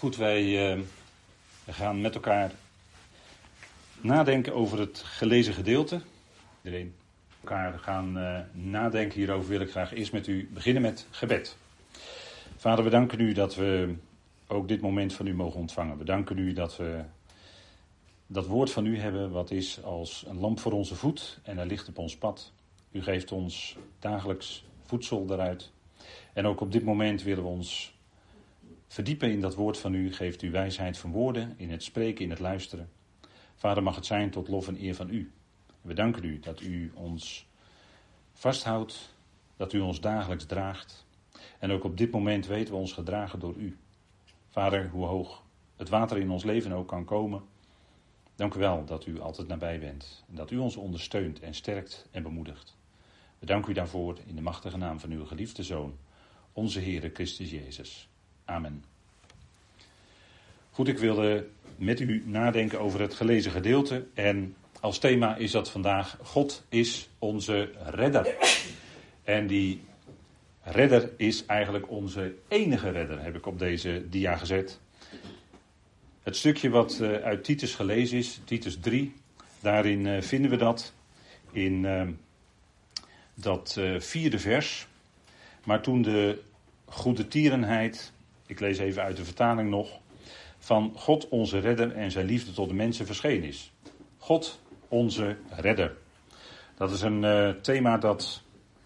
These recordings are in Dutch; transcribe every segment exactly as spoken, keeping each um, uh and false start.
Goed, wij uh, gaan met elkaar nadenken over het gelezen gedeelte. Iedereen elkaar gaan uh, nadenken hierover wil ik graag eerst met u beginnen met gebed. Vader, we danken u dat we ook dit moment van u mogen ontvangen. We danken u dat we dat woord van u hebben wat is als een lamp voor onze voet en een licht op ons pad. U geeft ons dagelijks voedsel daaruit. En ook op dit moment willen we ons verdiepen in dat woord van u. Geeft u wijsheid van woorden, in het spreken, in het luisteren. Vader, mag het zijn tot lof en eer van u. We danken u dat u ons vasthoudt, dat u ons dagelijks draagt. En ook op dit moment weten we ons gedragen door u. Vader, hoe hoog het water in ons leven ook kan komen. Dank u wel dat u altijd nabij bent. En dat u ons ondersteunt en sterkt en bemoedigt. We danken u daarvoor in de machtige naam van uw geliefde Zoon, onze Heere Christus Jezus. Amen. Goed, ik wilde met u nadenken over het gelezen gedeelte. En als thema is dat vandaag: God is onze redder. En die redder is eigenlijk onze enige redder, heb ik op deze dia gezet. Het stukje wat uh, uit Titus gelezen is, Titus drie, daarin uh, vinden we dat in uh, dat uh, vierde vers. Maar toen de goede tierenheid, ik lees even uit de vertaling nog, van God onze redder en zijn liefde tot de mensen verschenen is. God onze redder. Dat is een uh, thema dat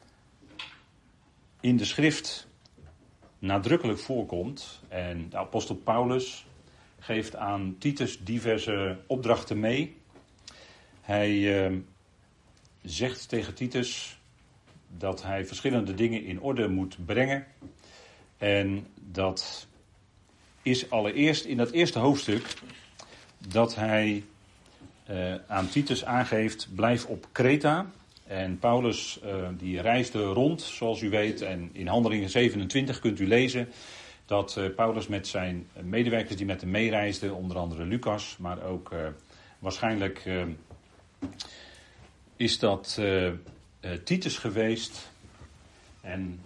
in de schrift nadrukkelijk voorkomt. En de apostel Paulus geeft aan Titus diverse opdrachten mee. Hij uh, zegt tegen Titus dat hij verschillende dingen in orde moet brengen. En dat is allereerst in dat eerste hoofdstuk dat hij uh, aan Titus aangeeft: blijf op Kreta. En Paulus uh, die reisde rond, zoals u weet, en in Handelingen zevenentwintig kunt u lezen dat uh, Paulus met zijn medewerkers die met hem meereisden, onder andere Lucas, maar ook uh, waarschijnlijk uh, is dat uh, uh, Titus geweest. En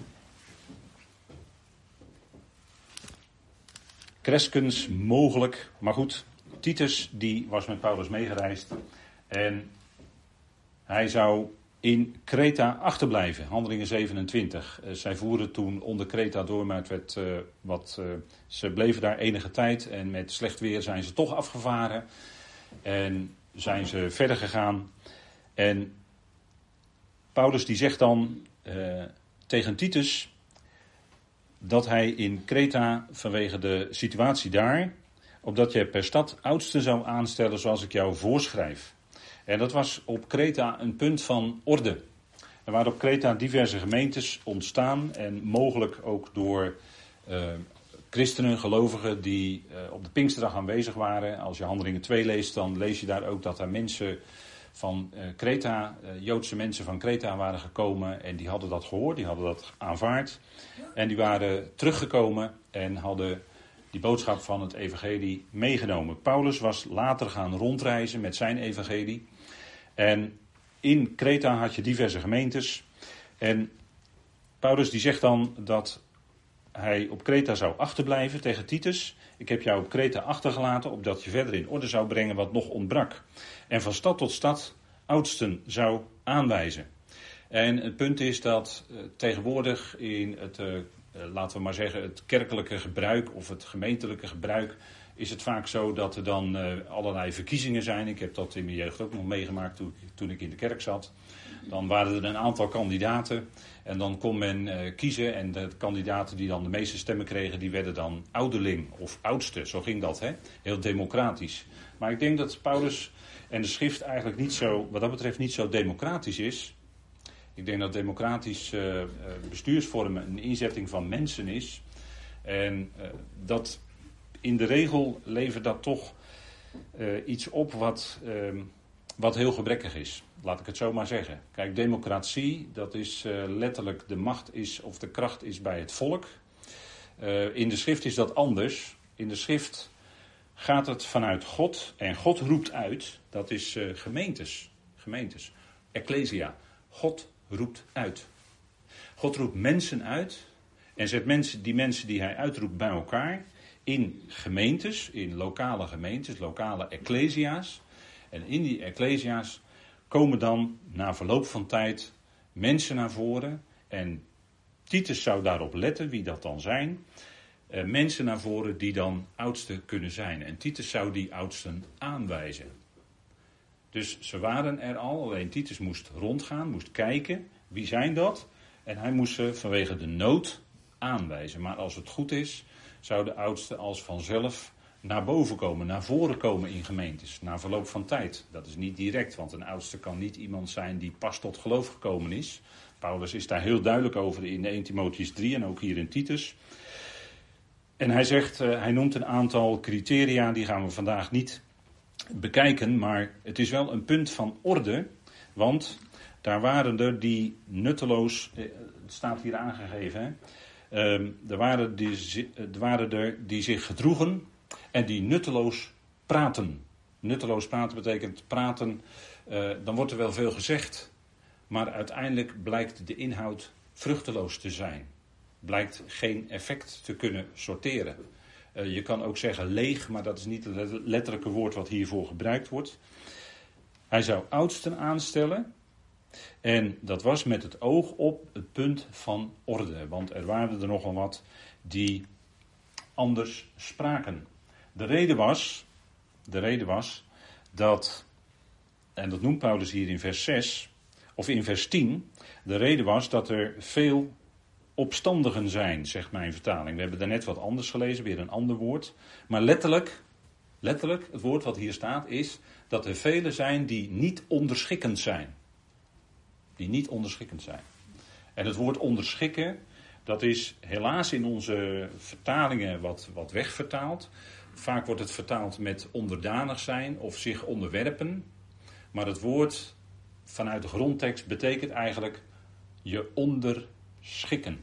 Crescens mogelijk, maar goed, Titus die was met Paulus meegereisd en hij zou in Kreta achterblijven, Handelingen zevenentwintig. Uh, zij voeren toen onder Kreta door, maar het werd uh, wat, uh, ze bleven daar enige tijd en met slecht weer zijn ze toch afgevaren en zijn ze verder gegaan. En Paulus die zegt dan uh, tegen Titus dat hij in Kreta vanwege de situatie daar, opdat je per stad oudsten zou aanstellen zoals ik jou voorschrijf. En dat was op Kreta een punt van orde. Er waren op Kreta diverse gemeentes ontstaan en mogelijk ook door uh, christenen, gelovigen die uh, op de Pinksterdag aanwezig waren. Als je Handelingen twee leest, dan lees je daar ook dat er mensen van uh, Kreta, uh, Joodse mensen van Kreta waren gekomen en die hadden dat gehoord, die hadden dat aanvaard. En die waren teruggekomen en hadden die boodschap van het evangelie meegenomen. Paulus was later gaan rondreizen met zijn evangelie. En in Kreta had je diverse gemeentes. En Paulus die zegt dan dat hij op Kreta zou achterblijven tegen Titus. Ik heb jou op Kreta achtergelaten, opdat je verder in orde zou brengen wat nog ontbrak. En van stad tot stad oudsten zou aanwijzen. En het punt is dat uh, tegenwoordig in het, uh, uh, laten we maar zeggen, het kerkelijke gebruik of het gemeentelijke gebruik is het vaak zo dat er dan uh, allerlei verkiezingen zijn. Ik heb dat in mijn jeugd ook nog meegemaakt toen, toen ik in de kerk zat. Dan waren er een aantal kandidaten en dan kon men uh, kiezen en de kandidaten die dan de meeste stemmen kregen, die werden dan ouderling of oudste. Zo ging dat, hè? Heel democratisch. Maar ik denk dat Paulus en de schrift eigenlijk niet zo, wat dat betreft niet zo democratisch is. Ik denk dat democratisch uh, bestuursvorm een inzetting van mensen is. En uh, dat in de regel levert dat toch uh, iets op wat, uh, wat heel gebrekkig is. Laat ik het zo maar zeggen. Kijk, democratie, dat is uh, letterlijk de macht is of de kracht is bij het volk. Uh, in de schrift is dat anders. In de schrift gaat het vanuit God en God roept uit. Dat is uh, gemeentes. Gemeentes. Ecclesia. God roept uit. God roept mensen uit en zet mensen, die mensen die hij uitroept bij elkaar in gemeentes, in lokale gemeentes, lokale ecclesia's. En in die ecclesia's komen dan na verloop van tijd mensen naar voren. En Titus zou daarop letten wie dat dan zijn. Uh, mensen naar voren die dan oudsten kunnen zijn. En Titus zou die oudsten aanwijzen. Dus ze waren er al, alleen Titus moest rondgaan, moest kijken. Wie zijn dat? En hij moest ze vanwege de nood aanwijzen. Maar als het goed is, zou de oudste als vanzelf naar boven komen, naar voren komen in gemeentes. Na verloop van tijd. Dat is niet direct, want een oudste kan niet iemand zijn die pas tot geloof gekomen is. Paulus is daar heel duidelijk over in Eerste Timotheüs drie en ook hier in Titus. En hij zegt, uh, hij noemt een aantal criteria, die gaan we vandaag niet bekijken. Maar het is wel een punt van orde, want daar waren er die nutteloos, uh, het staat hier aangegeven, hè. Uh, er, waren die, er waren er die zich gedroegen en die nutteloos praten. Nutteloos praten betekent praten, uh, dan wordt er wel veel gezegd, maar uiteindelijk blijkt de inhoud vruchteloos te zijn. Blijkt geen effect te kunnen sorteren. Uh, je kan ook zeggen leeg, maar dat is niet het letterlijke woord wat hiervoor gebruikt wordt. Hij zou oudsten aanstellen. En dat was met het oog op het punt van orde. Want er waren er nogal wat die anders spraken. De reden was, de reden was dat, en dat noemt Paulus hier in vers zes, of in vers tien. De reden was dat er veel opstandigen zijn, zegt mijn vertaling. We hebben daarnet wat anders gelezen, weer een ander woord. Maar letterlijk, letterlijk, het woord wat hier staat is dat er velen zijn die niet onderschikkend zijn. Die niet onderschikkend zijn. En het woord onderschikken, dat is helaas in onze vertalingen wat, wat wegvertaald. Vaak wordt het vertaald met onderdanig zijn of zich onderwerpen. Maar het woord vanuit de grondtekst betekent eigenlijk je onderschikken.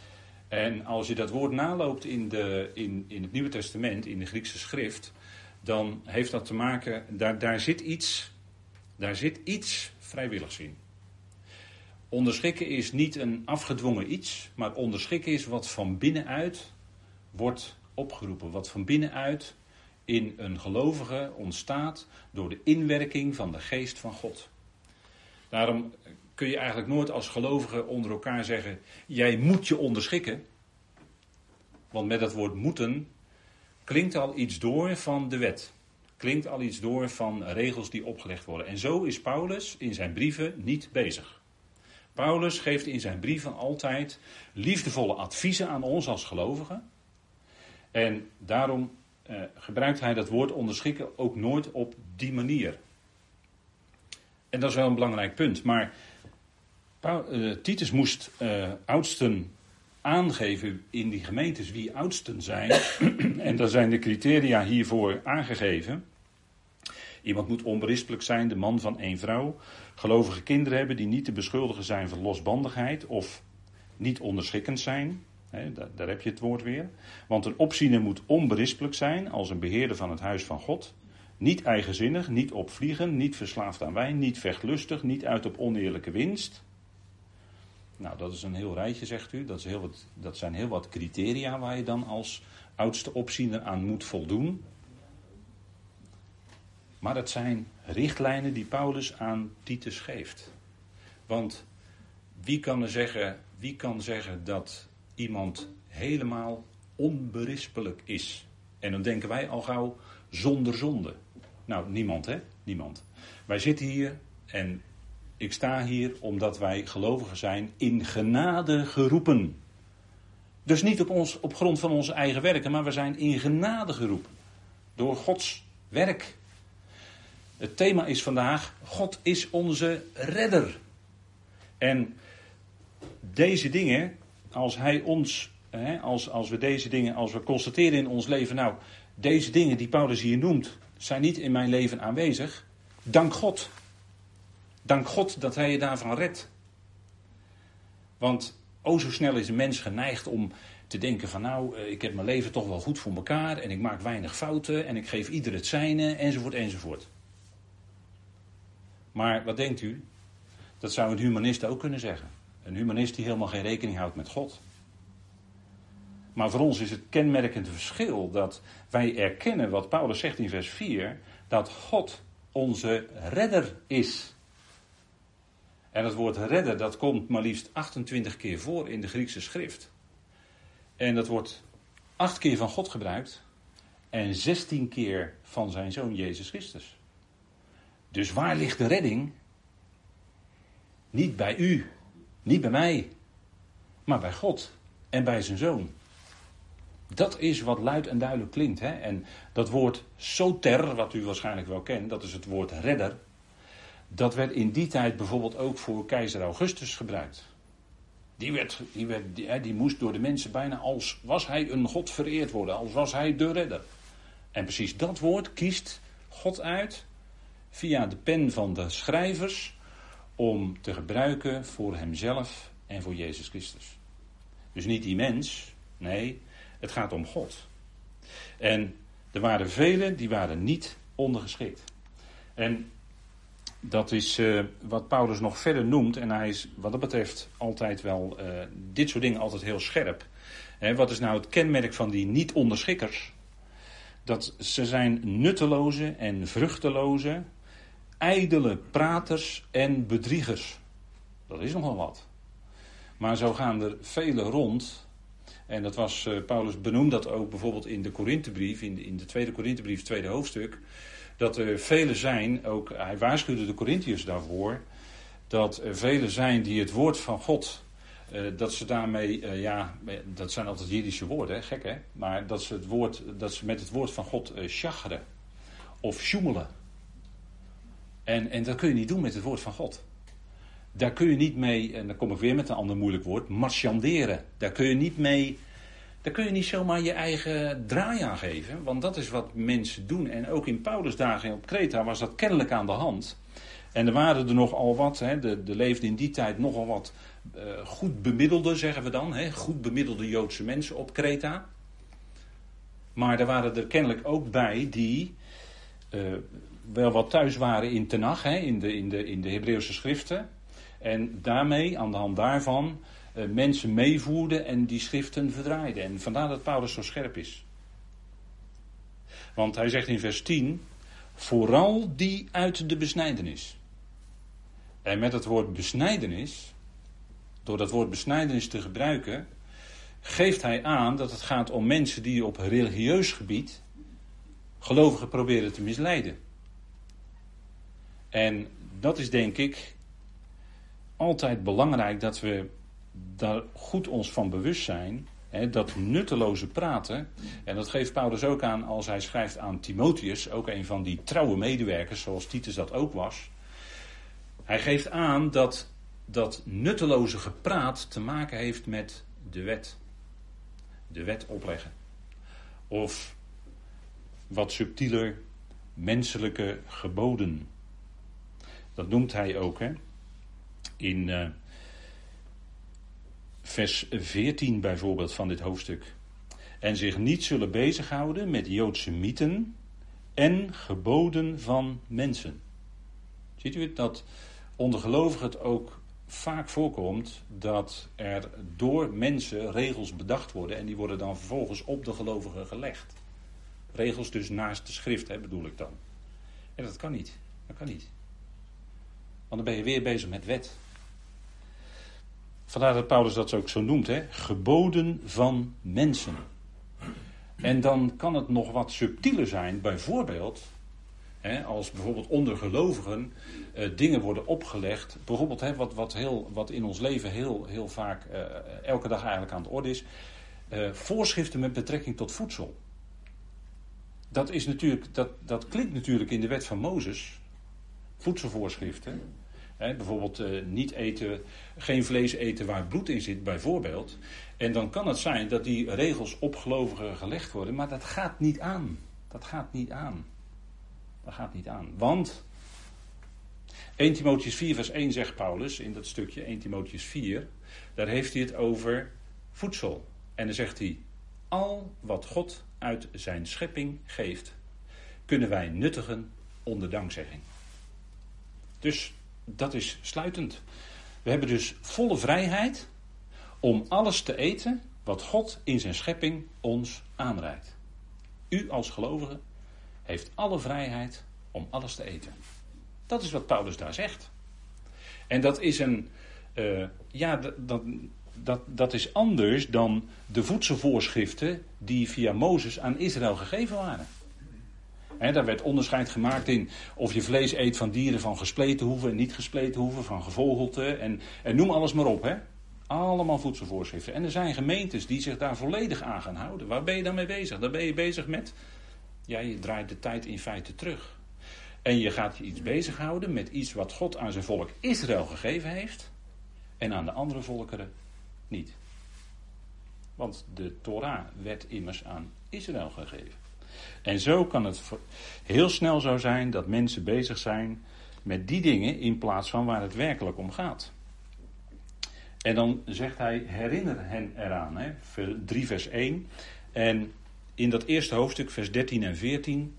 En als je dat woord naloopt in, de, in, in het Nieuwe Testament, in de Griekse schrift, dan heeft dat te maken, daar, daar zit iets, daar zit iets vrijwilligs in. Onderschikken is niet een afgedwongen iets, maar onderschikken is wat van binnenuit wordt opgeroepen. Wat van binnenuit in een gelovige ontstaat door de inwerking van de geest van God. Daarom kun je eigenlijk nooit als gelovige onder elkaar zeggen, jij moet je onderschikken. Want met dat woord moeten klinkt al iets door van de wet. Klinkt al iets door van regels die opgelegd worden. En zo is Paulus in zijn brieven niet bezig. Paulus geeft in zijn brieven altijd liefdevolle adviezen aan ons als gelovigen. En daarom eh, gebruikt hij dat woord onderschikken ook nooit op die manier. En dat is wel een belangrijk punt. Maar Paul, uh, Titus moest uh, oudsten aangeven in die gemeentes wie oudsten zijn. En daar zijn de criteria hiervoor aangegeven. Iemand moet onberispelijk zijn, de man van één vrouw. Gelovige kinderen hebben die niet te beschuldigen zijn van losbandigheid of niet onderschikkend zijn. He, daar, daar heb je het woord weer. Want een opziener moet onberispelijk zijn als een beheerder van het huis van God. Niet eigenzinnig, niet opvliegen, niet verslaafd aan wijn, niet vechtlustig, niet uit op oneerlijke winst. Nou, dat is een heel rijtje, zegt u. Dat, is heel wat, dat zijn heel wat criteria waar je dan als oudste opziener aan moet voldoen. Maar dat zijn richtlijnen die Paulus aan Titus geeft. Want wie kan er zeggen, wie kan zeggen dat iemand helemaal onberispelijk is? En dan denken wij al gauw zonder zonde. Nou, niemand hè, niemand. Wij zitten hier en ik sta hier omdat wij gelovigen zijn in genade geroepen. Dus niet op, ons, op grond van onze eigen werken, maar we zijn in genade geroepen. Door Gods werk. Het thema is vandaag, God is onze redder. En deze dingen, als hij ons, hè, als, als we deze dingen, als we constateren in ons leven, nou, deze dingen die Paulus hier noemt, zijn niet in mijn leven aanwezig. Dank God. Dank God dat hij je daarvan redt. Want o zo snel is een mens geneigd om te denken van nou, ik heb mijn leven toch wel goed voor elkaar en ik maak weinig fouten en ik geef ieder het zijne, enzovoort, enzovoort. Maar wat denkt u? Dat zou een humanist ook kunnen zeggen. Een humanist die helemaal geen rekening houdt met God. Maar voor ons is het kenmerkende verschil dat wij erkennen wat Paulus zegt in vers vier, dat God onze redder is. En het woord redder, dat komt maar liefst achtentwintig keer voor in de Griekse schrift. En dat wordt acht keer van God gebruikt en zestien keer van zijn Zoon Jezus Christus. Dus waar ligt de redding? Niet bij u, niet bij mij, maar bij God en bij zijn Zoon. Dat is wat luid en duidelijk klinkt. Hè? En dat woord soter, wat u waarschijnlijk wel kent, dat is het woord redder. Dat werd in die tijd bijvoorbeeld ook voor keizer Augustus gebruikt. Die, werd, die, werd, die, die moest door de mensen bijna als was hij een God vereerd worden, als was hij de redder. En precies dat woord kiest God uit via de pen van de schrijvers om te gebruiken voor hemzelf en voor Jezus Christus. Dus niet die mens, nee, het gaat om God. En er waren velen die waren niet ondergeschikt. En dat is uh, wat Paulus nog verder noemt. En hij is wat dat betreft altijd wel uh, dit soort dingen altijd heel scherp. He, wat is nou het kenmerk van die niet-onderschikkers? Dat ze zijn nutteloze en vruchteloze, ijdele praters en bedriegers. Dat is nogal wat. Maar zo gaan er velen rond. En dat was, uh, Paulus benoemd dat ook bijvoorbeeld in de Korinthebrief, in de, in de tweede Korinthebrief, tweede hoofdstuk. Dat er velen zijn, ook hij waarschuwde de Korintiërs daarvoor, dat er velen zijn die het woord van God, uh, dat ze daarmee, uh, ja, dat zijn altijd Jiddische woorden, hè? Gek hè, maar dat ze, het woord, dat ze met het woord van God uh, schacheren of sjoemelen. En, en dat kun je niet doen met het woord van God. Daar kun je niet mee, en dan kom ik weer met een ander moeilijk woord, marchanderen. Daar kun je niet mee, daar kun je niet zomaar je eigen draai aan geven. Want dat is wat mensen doen. En ook in Paulus' dagen op Kreta was dat kennelijk aan de hand. En er waren er nogal wat, hè, er, er leefden in die tijd nogal wat uh, goed bemiddelde, zeggen we dan. Hè, goed bemiddelde Joodse mensen op Kreta. Maar er waren er kennelijk ook bij die uh, wel wat thuis waren in Tenach, hè, in de, in de, in de Hebreeuwse schriften. En daarmee, aan de hand daarvan, uh, mensen meevoerden en die schriften verdraaiden. En vandaar dat Paulus zo scherp is. Want hij zegt in vers tien, vooral die uit de besnijdenis. En met het woord besnijdenis, door dat woord besnijdenis te gebruiken, geeft hij aan dat het gaat om mensen die op religieus gebied gelovigen proberen te misleiden. En dat is denk ik altijd belangrijk dat we daar goed ons van bewust zijn. Hè, dat nutteloze praten, en dat geeft Paulus ook aan als hij schrijft aan Timotheus, ook een van die trouwe medewerkers zoals Titus dat ook was. Hij geeft aan dat dat nutteloze gepraat te maken heeft met de wet. De wet opleggen. Of wat subtieler, menselijke geboden. Dat noemt hij ook, hè. In uh, vers veertien bijvoorbeeld van dit hoofdstuk. En zich niet zullen bezighouden met Joodse mythen en geboden van mensen. Ziet u het? Dat onder gelovigen het ook vaak voorkomt dat er door mensen regels bedacht worden en die worden dan vervolgens op de gelovigen gelegd. Regels dus naast de schrift, hè, bedoel ik dan. En dat kan niet. Dat kan niet. Want dan ben je weer bezig met wet. Vandaar dat Paulus dat ook zo noemt, hè? Geboden van mensen. En dan kan het nog wat subtieler zijn, bijvoorbeeld, hè, als bijvoorbeeld onder gelovigen uh, dingen worden opgelegd, bijvoorbeeld hè, wat, wat, heel, wat in ons leven heel, heel vaak, uh, elke dag eigenlijk aan de orde is, uh, voorschriften met betrekking tot voedsel. Dat, is natuurlijk, dat, dat klinkt natuurlijk in de wet van Mozes, voedselvoorschriften. He, bijvoorbeeld uh, niet eten, geen vlees eten waar bloed in zit, bijvoorbeeld. En dan kan het zijn dat die regels op gelovigen gelegd worden, maar dat gaat niet aan. Dat gaat niet aan. Dat gaat niet aan. Want eerste Timotheüs vier vers één zegt Paulus in dat stukje, eerste Timotheüs vier, daar heeft hij het over voedsel. En dan zegt hij, al wat God uit zijn schepping geeft, kunnen wij nuttigen onder dankzegging. Dus dat is sluitend. We hebben dus volle vrijheid om alles te eten wat God in zijn schepping ons aanreikt. U als gelovige heeft alle vrijheid om alles te eten. Dat is wat Paulus daar zegt. En dat is een, uh, ja, dat, dat, dat, dat is anders dan de voedselvoorschriften die via Mozes aan Israël gegeven waren. He, daar werd onderscheid gemaakt in of je vlees eet van dieren van gespleten hoeven en niet gespleten hoeven, van gevogelte en, en noem alles maar op. Hè. Allemaal voedselvoorschriften. En er zijn gemeentes die zich daar volledig aan gaan houden. Waar ben je dan mee bezig? Dan ben je bezig met, ja, je draait de tijd in feite terug. En je gaat je iets bezighouden met iets wat God aan zijn volk Israël gegeven heeft en aan de andere volkeren niet. Want de Torah werd immers aan Israël gegeven. En zo kan het heel snel zo zijn dat mensen bezig zijn met die dingen in plaats van waar het werkelijk om gaat. En dan zegt hij, herinner hen eraan, hè? drie vers één. En in dat eerste hoofdstuk, vers dertien en veertien,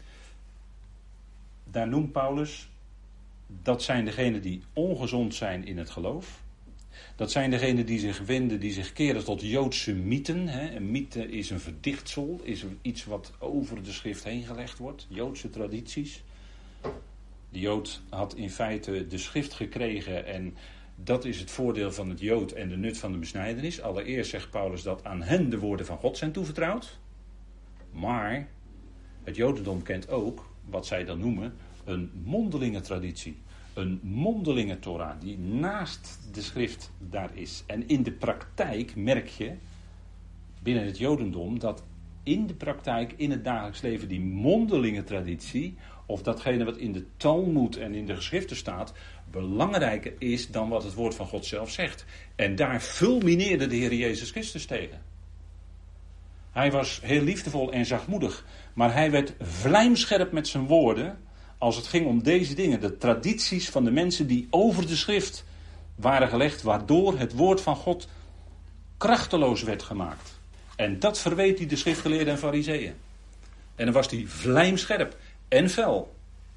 daar noemt Paulus, dat zijn degenen die ongezond zijn in het geloof. Dat zijn degenen die zich wenden, die zich keren tot Joodse mythen. Hè. Een mythe is een verdichtsel, is iets wat over de schrift heen gelegd wordt. Joodse tradities. De Jood had in feite de schrift gekregen en dat is het voordeel van het Jood en de nut van de besnijdenis. Allereerst zegt Paulus dat aan hen de woorden van God zijn toevertrouwd. Maar het Jodendom kent ook wat zij dan noemen een mondelinge traditie. Een mondelinge Torah die naast de schrift daar is. En in de praktijk merk je binnen het Jodendom dat in de praktijk, in het dagelijks leven, die mondelinge traditie, of datgene wat in de Talmud en in de geschriften staat, belangrijker is dan wat het woord van God zelf zegt. En daar fulmineerde de Heer Jezus Christus tegen. Hij was heel liefdevol en zachtmoedig, maar hij werd vlijmscherp met zijn woorden als het ging om deze dingen, de tradities van de mensen die over de schrift waren gelegd, waardoor het woord van God krachteloos werd gemaakt. En dat verweet hij de schriftgeleerden en farizeeën. En dan was hij vlijmscherp en fel.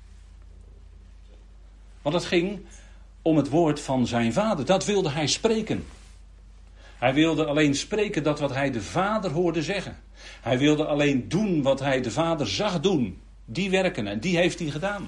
Want het ging om het woord van zijn vader. Dat wilde hij spreken. Hij wilde alleen spreken dat wat hij de vader hoorde zeggen. Hij wilde alleen doen wat hij de vader zag doen. Die werken en die heeft hij gedaan.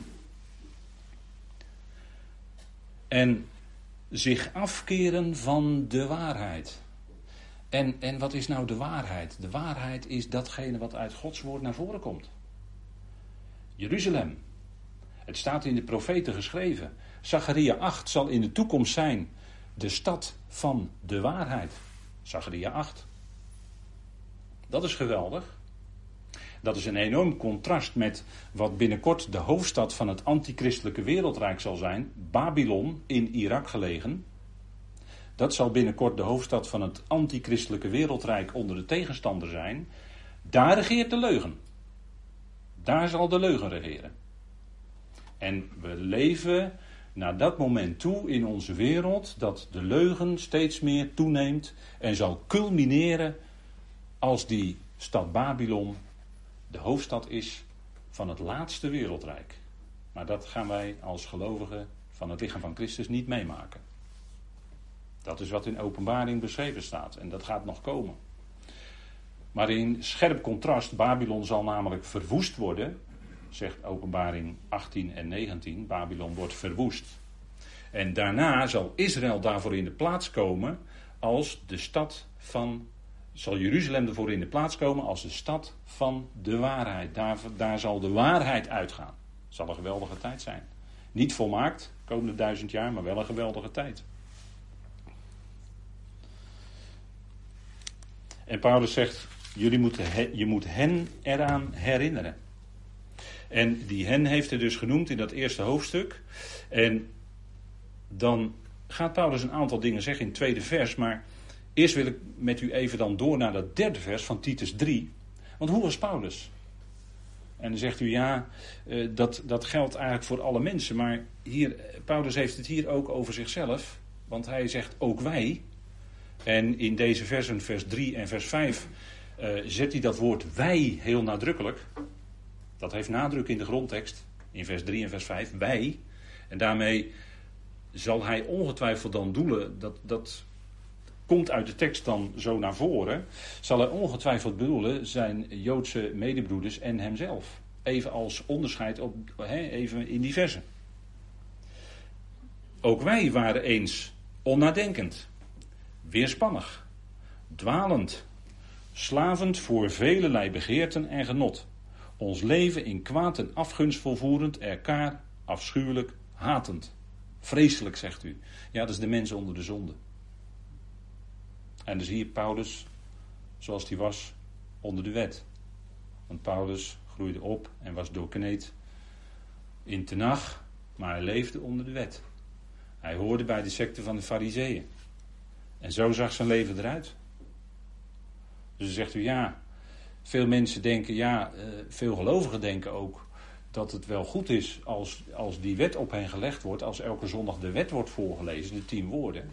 En zich afkeren van de waarheid. En, en wat is nou de waarheid? De waarheid is datgene wat uit Gods woord naar voren komt. Jeruzalem. Het staat in de profeten geschreven. Zacharia acht zal in de toekomst zijn de stad van de waarheid. Zacharia acht. Dat is geweldig. Dat is een enorm contrast met wat binnenkort de hoofdstad van het antichristelijke wereldrijk zal zijn. Babylon, in Irak gelegen. Dat zal binnenkort de hoofdstad van het antichristelijke wereldrijk onder de tegenstander zijn. Daar regeert de leugen. Daar zal de leugen regeren. En we leven naar dat moment toe in onze wereld dat de leugen steeds meer toeneemt en zal culmineren als die stad Babylon de hoofdstad is van het laatste wereldrijk. Maar dat gaan wij als gelovigen van het lichaam van Christus niet meemaken. Dat is wat in Openbaring beschreven staat en dat gaat nog komen. Maar in scherp contrast, Babylon zal namelijk verwoest worden, zegt Openbaring achttien en negentien. Babylon wordt verwoest. En daarna zal Israël daarvoor in de plaats komen als de stad van, zal Jeruzalem ervoor in de plaats komen als de stad van de waarheid. Daar, daar zal de waarheid uitgaan. Het zal een geweldige tijd zijn. Niet volmaakt, komende duizend jaar, maar wel een geweldige tijd. En Paulus zegt, jullie moeten he, je moet hen eraan herinneren. En die hen heeft hij dus genoemd in dat eerste hoofdstuk. En dan gaat Paulus een aantal dingen zeggen in het tweede vers. Maar eerst wil ik met u even dan door naar dat derde vers van Titus drie. Want hoe was Paulus? En dan zegt u ja, dat, dat geldt eigenlijk voor alle mensen. Maar hier, Paulus heeft het hier ook over zichzelf. Want hij zegt ook wij. En in deze versen, vers drie en vers vijf, uh, zet hij dat woord wij heel nadrukkelijk. Dat heeft nadruk in de grondtekst, in vers drie en vers vijf, wij. En daarmee zal hij ongetwijfeld dan doelen dat, dat komt uit de tekst dan zo naar voren, zal hij ongetwijfeld bedoelen zijn Joodse medebroeders en hemzelf. Even als onderscheid op, he, even in die versen. Ook wij waren eens onnadenkend, weerspannig, dwalend, slavend voor velelei begeerten en genot. Ons leven in kwaad en afgunst volvoerend, elkaar afschuwelijk hatend. Vreselijk, zegt u. Ja, dat is de mens onder de zonde. En dus hier Paulus, zoals hij was, onder de wet. Want Paulus groeide op en was doorkneed in Tenach, maar hij leefde onder de wet. Hij hoorde bij de secte van de Farizeeën. En zo zag zijn leven eruit. Dus dan zegt u, ja, veel mensen denken, ja, veel gelovigen denken ook dat het wel goed is als, als die wet op hen gelegd wordt, als elke zondag de wet wordt voorgelezen, de tien woorden.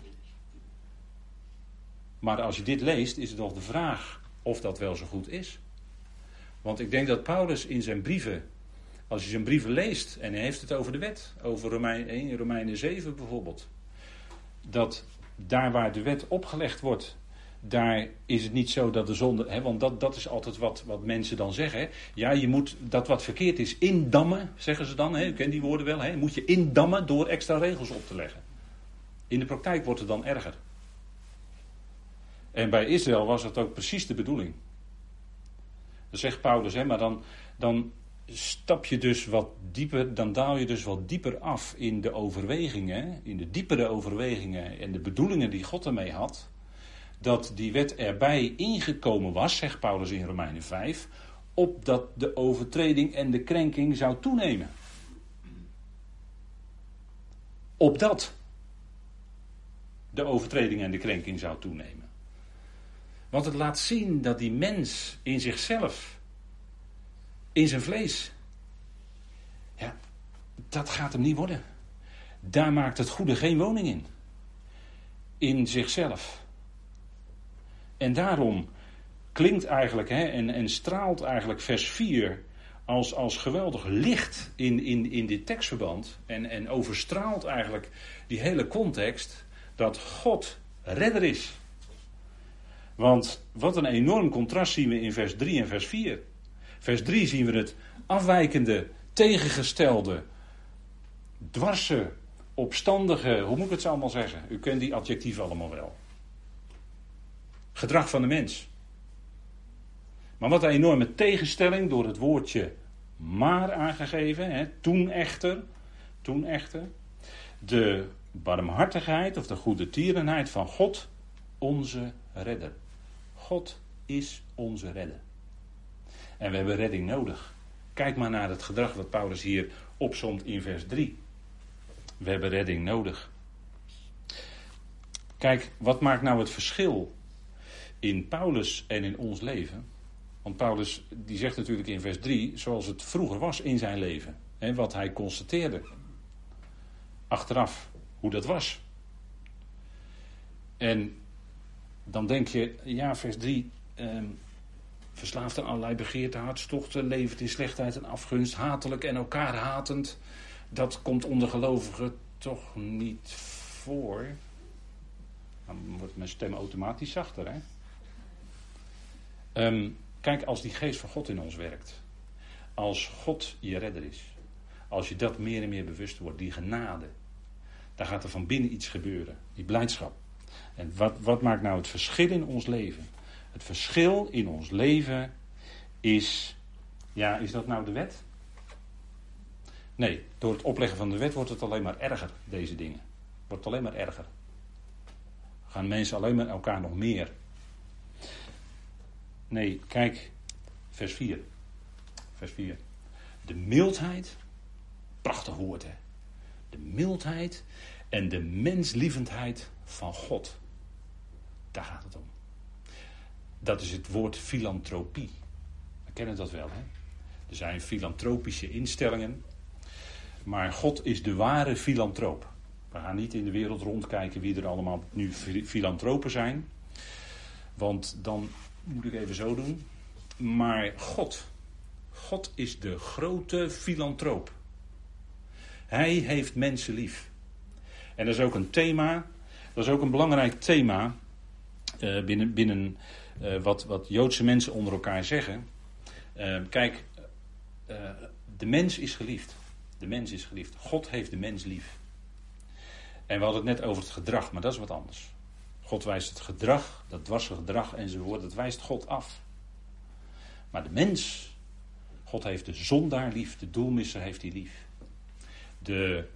Maar als je dit leest, is het toch de vraag of dat wel zo goed is. Want ik denk dat Paulus in zijn brieven, als je zijn brieven leest, en hij heeft het over de wet, over Romein één, Romeinen zeven bijvoorbeeld, dat daar waar de wet opgelegd wordt, daar is het niet zo dat de zonde, hè, want dat, dat is altijd wat, wat mensen dan zeggen. Hè. Ja, je moet dat wat verkeerd is indammen, zeggen ze dan. Hè. U kent die woorden wel. Hè. Moet je indammen door extra regels op te leggen. In de praktijk wordt het dan erger. En bij Israël was dat ook precies de bedoeling. Dat zegt Paulus, hè, maar dan, dan stap je dus wat dieper, dan daal je dus wat dieper af in de overwegingen, in de diepere overwegingen en de bedoelingen die God ermee had. Dat die wet erbij ingekomen was, zegt Paulus in Romeinen vijf, opdat de overtreding en de krenking zou toenemen. Opdat de overtreding en de krenking zou toenemen. Want het laat zien dat die mens in zichzelf, in zijn vlees, ja, dat gaat hem niet worden. Daar maakt het goede geen woning in. In zichzelf. En daarom klinkt eigenlijk hè, en, en straalt eigenlijk vers vier als, als geweldig licht in, in, in dit tekstverband. En, en overstraalt eigenlijk die hele context dat God redder is. Want wat een enorm contrast zien we in vers drie en vers vier. Vers drie zien we het afwijkende, tegengestelde, dwarse, opstandige, hoe moet ik het zo allemaal zeggen? U kent die adjectieven allemaal wel. Gedrag van de mens. Maar wat een enorme tegenstelling door het woordje maar aangegeven. Hè, toen echter. Toen echter. De barmhartigheid of de goede tierenheid van God, onze redder. God is onze redder. En we hebben redding nodig. Kijk maar naar het gedrag wat Paulus hier opsomt in vers drie. We hebben redding nodig. Kijk, wat maakt nou het verschil in Paulus en in ons leven? Want Paulus die zegt natuurlijk in vers drie, zoals het vroeger was in zijn leven. Hè, wat hij constateerde. Achteraf, hoe dat was. En dan denk je, ja, vers drie, eh, verslaafd aan allerlei begeerten, hartstochten, levend in slechtheid en afgunst, hatelijk en elkaar hatend. Dat komt onder gelovigen toch niet voor. Dan wordt mijn stem automatisch zachter, hè. Um, kijk, als die geest van God in ons werkt, als God je redder is, als je dat meer en meer bewust wordt, die genade, dan gaat er van binnen iets gebeuren, die blijdschap. En wat, wat maakt nou het verschil in ons leven? Het verschil in ons leven is, ja, is dat nou de wet? Nee, door het opleggen van de wet wordt het alleen maar erger, deze dingen. Wordt het alleen maar erger. Gaan mensen alleen maar elkaar nog meer. Nee, kijk, vers vier. Vers vier. De mildheid, prachtig woord hè. De mildheid en de menslievendheid van God. Daar gaat het om. Dat is het woord filantropie. We kennen dat wel hè. Er zijn filantropische instellingen. Maar God is de ware filantroop. We gaan niet in de wereld rondkijken wie er allemaal nu filantropen zijn. Want dan moet ik even zo doen. Maar God, God is de grote filantroop. Hij heeft mensen lief. En dat is ook een thema, dat is ook een belangrijk thema uh, binnen, binnen uh, wat, wat Joodse mensen onder elkaar zeggen. Uh, kijk, uh, de mens is geliefd. De mens is geliefd. God heeft de mens lief. En we hadden het net over het gedrag, maar dat is wat anders. God wijst het gedrag, dat dwarse gedrag enzovoort, dat wijst God af. Maar de mens, God heeft de zondaar lief, de doelmisser heeft hij lief. De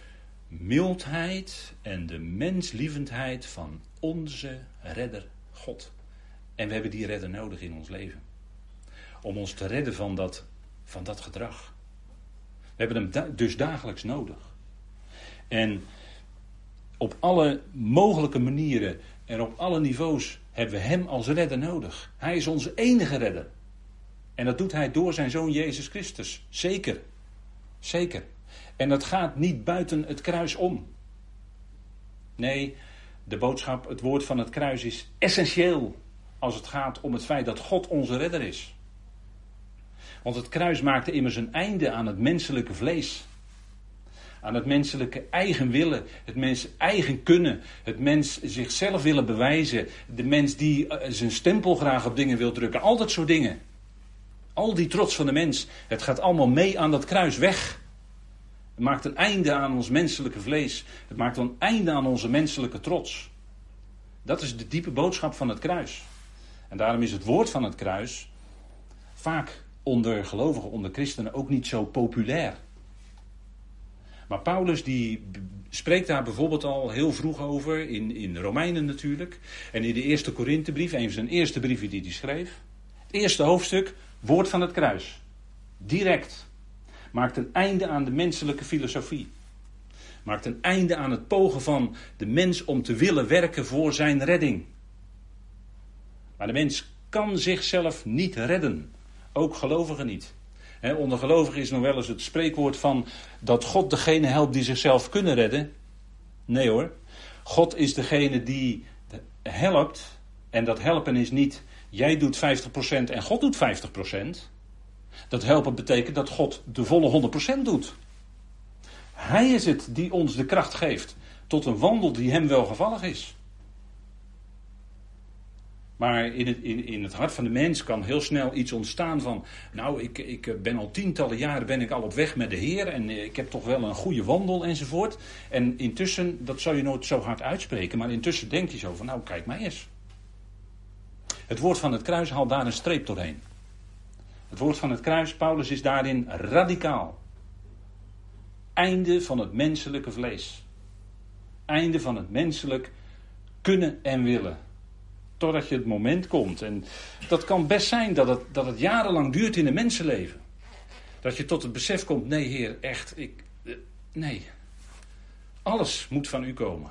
mildheid en de menslievendheid van onze redder God. En we hebben die redder nodig in ons leven. Om ons te redden van dat, van dat gedrag. We hebben hem da- dus dagelijks nodig. En op alle mogelijke manieren en op alle niveaus hebben we hem als redder nodig. Hij is onze enige redder. En dat doet hij door zijn zoon Jezus Christus. Zeker. Zeker. En dat gaat niet buiten het kruis om. Nee, de boodschap, het woord van het kruis is essentieel als het gaat om het feit dat God onze redder is. Want het kruis maakte immers een einde aan het menselijke vlees. Aan het menselijke eigen willen, het mens eigen kunnen, het mens zichzelf willen bewijzen, de mens die zijn stempel graag op dingen wil drukken, al dat soort dingen. Al die trots van de mens, het gaat allemaal mee aan dat kruis weg. Het maakt een einde aan ons menselijke vlees. Het maakt een einde aan onze menselijke trots. Dat is de diepe boodschap van het kruis. En daarom is het woord van het kruis vaak onder gelovigen, onder christenen ook niet zo populair. Maar Paulus die spreekt daar bijvoorbeeld al heel vroeg over, in, in Romeinen natuurlijk. En in de eerste Korinthebrief, een van zijn eerste brieven die hij schreef. Het eerste hoofdstuk, woord van het kruis. Direct. Maakt een einde aan de menselijke filosofie. Maakt een einde aan het pogen van de mens om te willen werken voor zijn redding. Maar de mens kan zichzelf niet redden. Ook gelovigen niet. He, onder gelovigen is nog wel eens het spreekwoord van dat God degene helpt die zichzelf kunnen redden. Nee hoor. God is degene die helpt. En dat helpen is niet jij doet vijftig procent en God doet vijftig procent. Dat helpen betekent dat God de volle honderd procent doet. Hij is het die ons de kracht geeft tot een wandel die hem welgevallig is. Maar in het, in, in het hart van de mens kan heel snel iets ontstaan van, nou, ik, ik ben al tientallen jaren ben ik al op weg met de Heer en ik heb toch wel een goede wandel enzovoort. En intussen, dat zou je nooit zo hard uitspreken, maar intussen denkt hij zo van, nou, kijk maar eens. Het woord van het kruis haalt daar een streep doorheen. Het woord van het kruis, Paulus is daarin radicaal. Einde van het menselijke vlees. Einde van het menselijk kunnen en willen. Totdat je het moment komt. En dat kan best zijn dat het, dat het jarenlang duurt in een mensenleven. Dat je tot het besef komt, nee Heer, echt, ik, nee. Alles moet van u komen.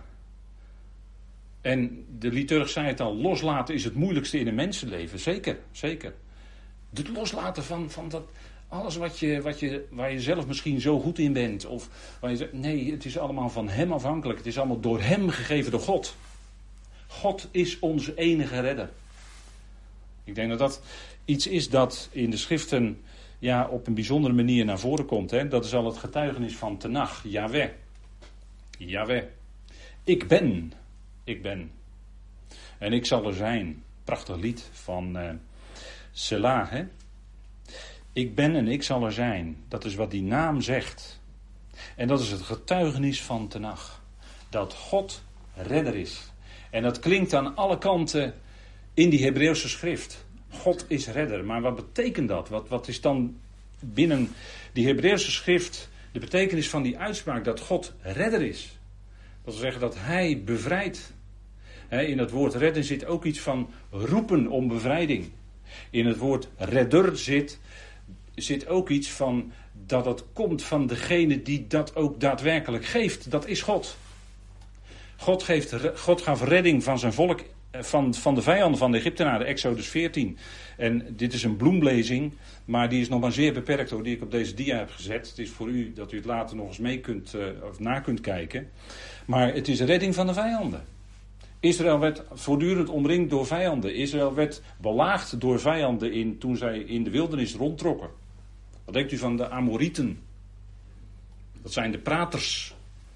En de liturg zei het al, loslaten is het moeilijkste in een mensenleven. Zeker, zeker. Het loslaten van, van dat, alles wat je, wat je, waar je zelf misschien zo goed in bent. Of waar je zegt, nee, het is allemaal van hem afhankelijk. Het is allemaal door hem gegeven, door God. God is onze enige redder. Ik denk dat dat iets is dat in de schriften ja, op een bijzondere manier naar voren komt. Hè? Dat is al het getuigenis van Tenach, Yahweh. Yahweh. Ik ben. Ik ben. En ik zal er zijn. Prachtig lied van uh, Selah. Hè? Ik ben en ik zal er zijn. Dat is wat die naam zegt. En dat is het getuigenis van Tenach. Dat God redder is. En dat klinkt aan alle kanten in die Hebreeuwse schrift. God is redder. Maar wat betekent dat? Wat, wat is dan binnen die Hebreeuwse schrift de betekenis van die uitspraak dat God redder is? Dat wil zeggen dat hij bevrijdt. In het woord redden zit ook iets van roepen om bevrijding. In het woord redder zit, zit ook iets van dat het komt van degene die dat ook daadwerkelijk geeft. Dat is God. God, geeft, God gaf redding van zijn volk, van, van de vijanden van de Egyptenaren, Exodus veertien. En dit is een bloemlezing, maar die is nog maar zeer beperkt hoor, die ik op deze dia heb gezet. Het is voor u dat u het later nog eens mee kunt, uh, of na kunt kijken. Maar het is redding van de vijanden. Israël werd voortdurend omringd door vijanden. Israël werd belaagd door vijanden in, toen zij in de wildernis rondtrokken. Wat denkt u van de Amorieten? Dat zijn de praters.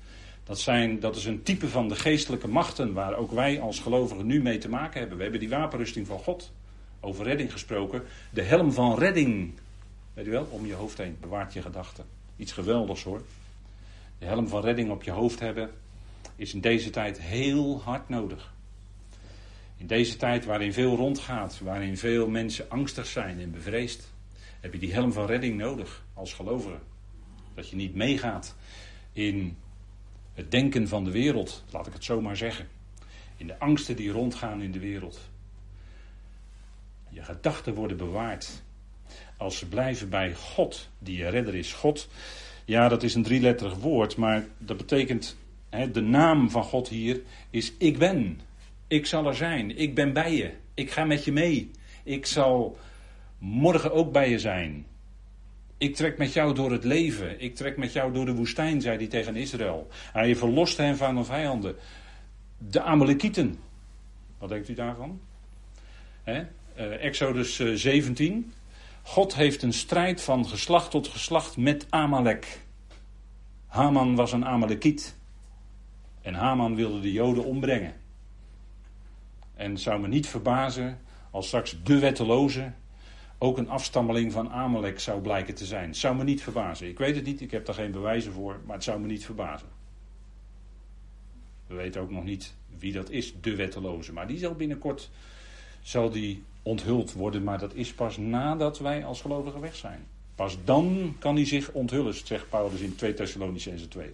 Dat, zijn, dat is een type van de geestelijke machten waar ook wij als gelovigen nu mee te maken hebben. We hebben die wapenrusting van God. Over redding gesproken. De helm van redding. Weet u wel, om je hoofd heen. Bewaart je gedachten. Iets geweldigs hoor. De helm van redding op je hoofd hebben is in deze tijd heel hard nodig. In deze tijd waarin veel rondgaat, waarin veel mensen angstig zijn en bevreesd, heb je die helm van redding nodig als gelovige. Dat je niet meegaat in het denken van de wereld, laat ik het zo maar zeggen. In de angsten die rondgaan in de wereld. Je gedachten worden bewaard. Als ze blijven bij God, die je redder is. God, ja, dat is een drieletterig woord, maar dat betekent, hè, de naam van God hier is ik ben. Ik zal er zijn. Ik ben bij je. Ik ga met je mee. Ik zal morgen ook bij je zijn. Ik trek met jou door het leven. Ik trek met jou door de woestijn, zei hij tegen Israël. Hij verlost hen van hun vijanden. De Amalekieten. Wat denkt u daarvan? He? Uh, Exodus uh, zeventien. God heeft een strijd van geslacht tot geslacht met Amalek. Haman was een Amalekiet. En Haman wilde de Joden ombrengen. En het zou me niet verbazen als straks de wetteloze ook een afstammeling van Amalek zou blijken te zijn. Het zou me niet verbazen. Ik weet het niet, ik heb daar geen bewijzen voor, maar het zou me niet verbazen. We weten ook nog niet wie dat is, de wetteloze. Maar die zal binnenkort zal die onthuld worden, maar dat is pas nadat wij als gelovigen weg zijn. Pas dan kan hij zich onthullen, zegt Paulus in twee Thessalonicenzen twee.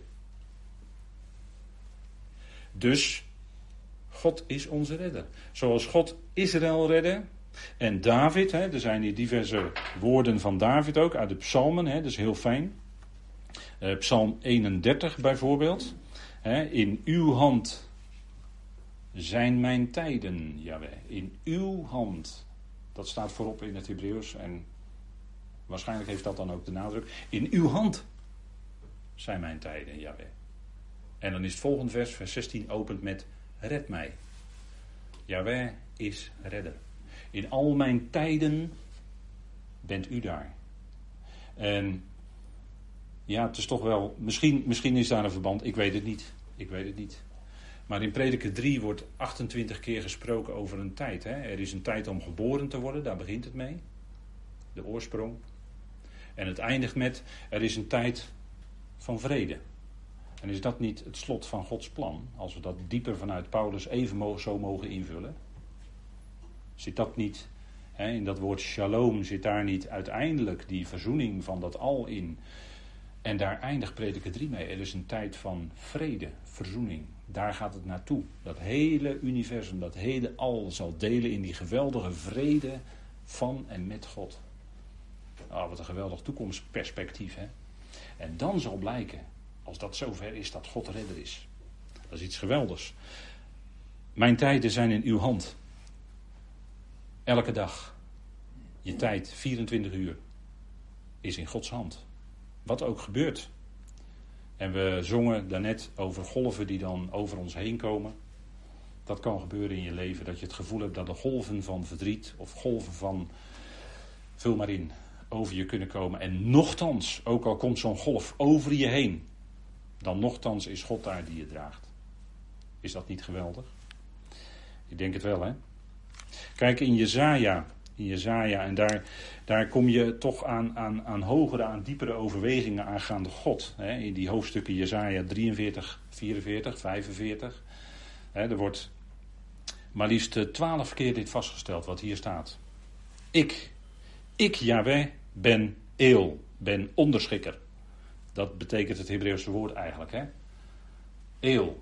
Dus God is onze redder. Zoals God Israël redde en David, hè, er zijn hier diverse woorden van David ook uit de psalmen, hè, dat is heel fijn. Uh, Psalm eenendertig bijvoorbeeld. Hè, in uw hand zijn mijn tijden, Jaweh. In uw hand. Dat staat voorop in het Hebreeuws en waarschijnlijk heeft dat dan ook de nadruk. In uw hand zijn mijn tijden, Jaweh. En dan is het volgende vers, vers zestien, opent met red mij. Jaweh is redder. In al mijn tijden bent u daar. En ja, het is toch wel, misschien, misschien is daar een verband, ik weet het niet. Ik weet het niet. Maar in Prediker drie wordt achtentwintig keer gesproken over een tijd. Hè? Er is een tijd om geboren te worden, daar begint het mee. De oorsprong. En het eindigt met, er is een tijd van vrede. En is dat niet het slot van Gods plan? Als we dat dieper vanuit Paulus even zo mogen invullen. Zit dat niet, hè, in dat woord shalom, zit daar niet uiteindelijk die verzoening van dat al in? En daar eindigt Prediker drie mee. Er is een tijd van vrede, verzoening. Daar gaat het naartoe. Dat hele universum, dat hele al zal delen in die geweldige vrede van en met God. Oh, wat een geweldig toekomstperspectief, hè? En dan zal blijken, als dat zover is, dat God redder is. Dat is iets geweldigs. Mijn tijden zijn in uw hand. Elke dag. Je tijd, vierentwintig uur, is in Gods hand. Wat ook gebeurt. En we zongen daarnet over golven die dan over ons heen komen. Dat kan gebeuren in je leven. Dat je het gevoel hebt dat de golven van verdriet of golven van, vul maar in, over je kunnen komen. En nochtans, ook al komt zo'n golf over je heen, dan nochtans is God daar die je draagt. Is dat niet geweldig? Ik denk het wel, hè? Kijk in Jesaja. In Jesaja, en daar, daar kom je toch aan, aan, aan hogere, aan diepere overwegingen aangaande God. Hè? In die hoofdstukken Jesaja drieënveertig, vierenveertig, vijfenveertig. Hè, er wordt maar liefst twaalf keer dit vastgesteld wat hier staat. Ik, ik Jahweh, ben Eel, ben onderschikker. Dat betekent het Hebreeuwse woord eigenlijk. Hè? Eel.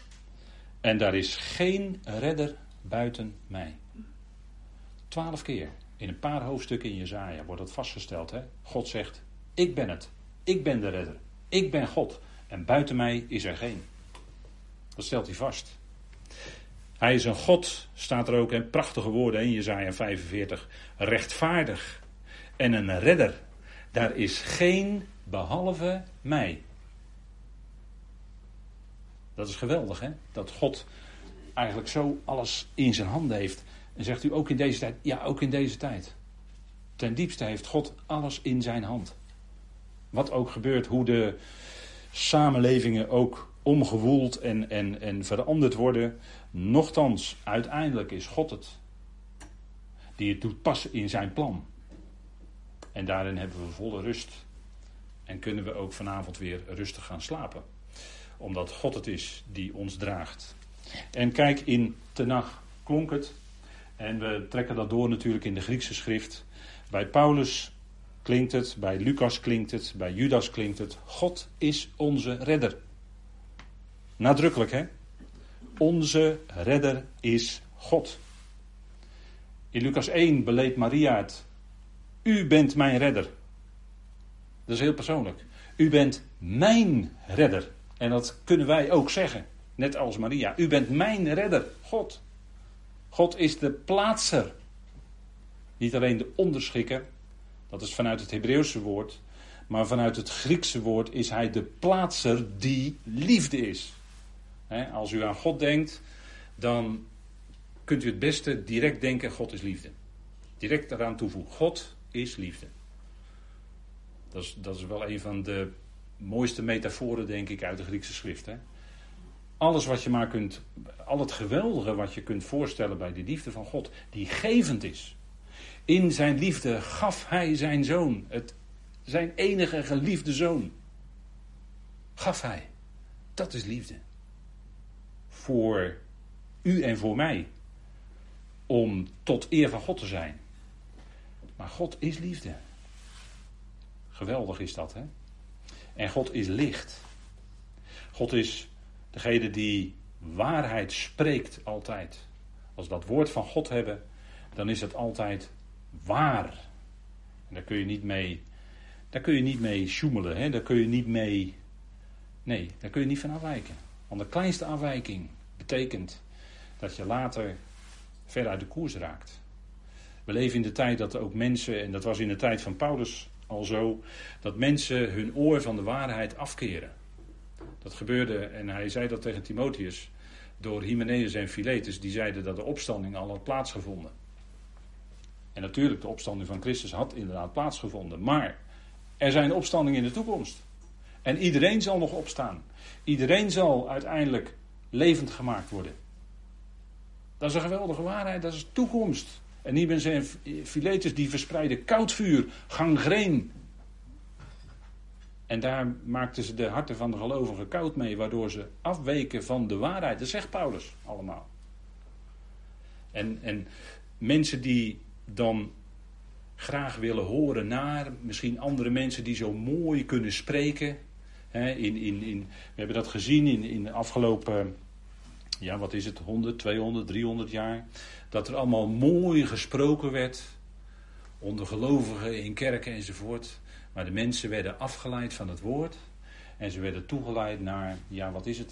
En daar is geen redder buiten mij. Twaalf keer, in een paar hoofdstukken in Jesaja wordt dat vastgesteld. Hè? God zegt, ik ben het. Ik ben de redder. Ik ben God. En buiten mij is er geen. Dat stelt hij vast. Hij is een God, staat er ook in prachtige woorden in Jesaja vijfenveertig. Rechtvaardig en een redder. Daar is geen behalve mij. Dat is geweldig, hè? Dat God eigenlijk zo alles in zijn handen heeft. En zegt u ook in deze tijd? Ja, ook in deze tijd. Ten diepste heeft God alles in zijn hand. Wat ook gebeurt, hoe de samenlevingen ook omgewoeld en, en, en veranderd worden. Nochtans, uiteindelijk is God het die het doet passen in zijn plan. En daarin hebben we volle rust. En kunnen we ook vanavond weer rustig gaan slapen. Omdat God het is die ons draagt. En kijk, in Tenach klonk het. En we trekken dat door natuurlijk in de Griekse schrift. Bij Paulus klinkt het, bij Lucas klinkt het, bij Judas klinkt het. God is onze redder. Nadrukkelijk, hè? Onze redder is God. In Lucas één beleed Maria het. U bent mijn redder. Dat is heel persoonlijk. U bent mijn redder. En dat kunnen wij ook zeggen. Net als Maria. U bent mijn redder. God. God is de plaatser. Niet alleen de onderschikker. Dat is vanuit het Hebreeuwse woord. Maar vanuit het Griekse woord is hij de plaatser die liefde is. He, als u aan God denkt, dan kunt u het beste direct denken, God is liefde. Direct eraan toevoegen, God is liefde. Dat is, dat is wel een van de mooiste metaforen, denk ik, uit de Griekse schrift. Hè? Alles wat je maar kunt, al het geweldige wat je kunt voorstellen bij de liefde van God, die gevend is. In zijn liefde gaf hij zijn zoon, het, zijn enige geliefde zoon. Gaf hij. Dat is liefde. Voor u en voor mij. Om tot eer van God te zijn. Maar God is liefde. Geweldig is dat, hè? En God is licht. God is degene die waarheid spreekt altijd. Als we dat woord van God hebben, dan is het altijd waar. En daar kun je niet mee, daar kun je niet mee sjoemelen, hè? Daar kun je niet mee, nee, daar kun je niet van afwijken. Want de kleinste afwijking betekent dat je later ver uit de koers raakt. We leven in de tijd dat ook mensen, en dat was in de tijd van Paulus al zo, dat mensen hun oor van de waarheid afkeren. Dat gebeurde, en hij zei dat tegen Timotheus, door Hymenaeus en Philetus, die zeiden dat de opstanding al had plaatsgevonden. En natuurlijk, de opstanding van Christus had inderdaad plaatsgevonden. Maar er zijn opstandingen in de toekomst. En iedereen zal nog opstaan. Iedereen zal uiteindelijk levend gemaakt worden. Dat is een geweldige waarheid, dat is toekomst. En Hymenaeus en Philetus die verspreiden koud vuur, gangreen. En daar maakten ze de harten van de gelovigen koud mee, waardoor ze afweken van de waarheid. Dat zegt Paulus allemaal. En, en mensen die dan graag willen horen naar misschien andere mensen die zo mooi kunnen spreken. He, in, in, in, we hebben dat gezien in, in de afgelopen, ja wat is het, honderd, tweehonderd, driehonderd jaar. Dat er allemaal mooi gesproken werd onder gelovigen in kerken enzovoort. Maar de mensen werden afgeleid van het woord. En ze werden toegeleid naar, ja wat is het?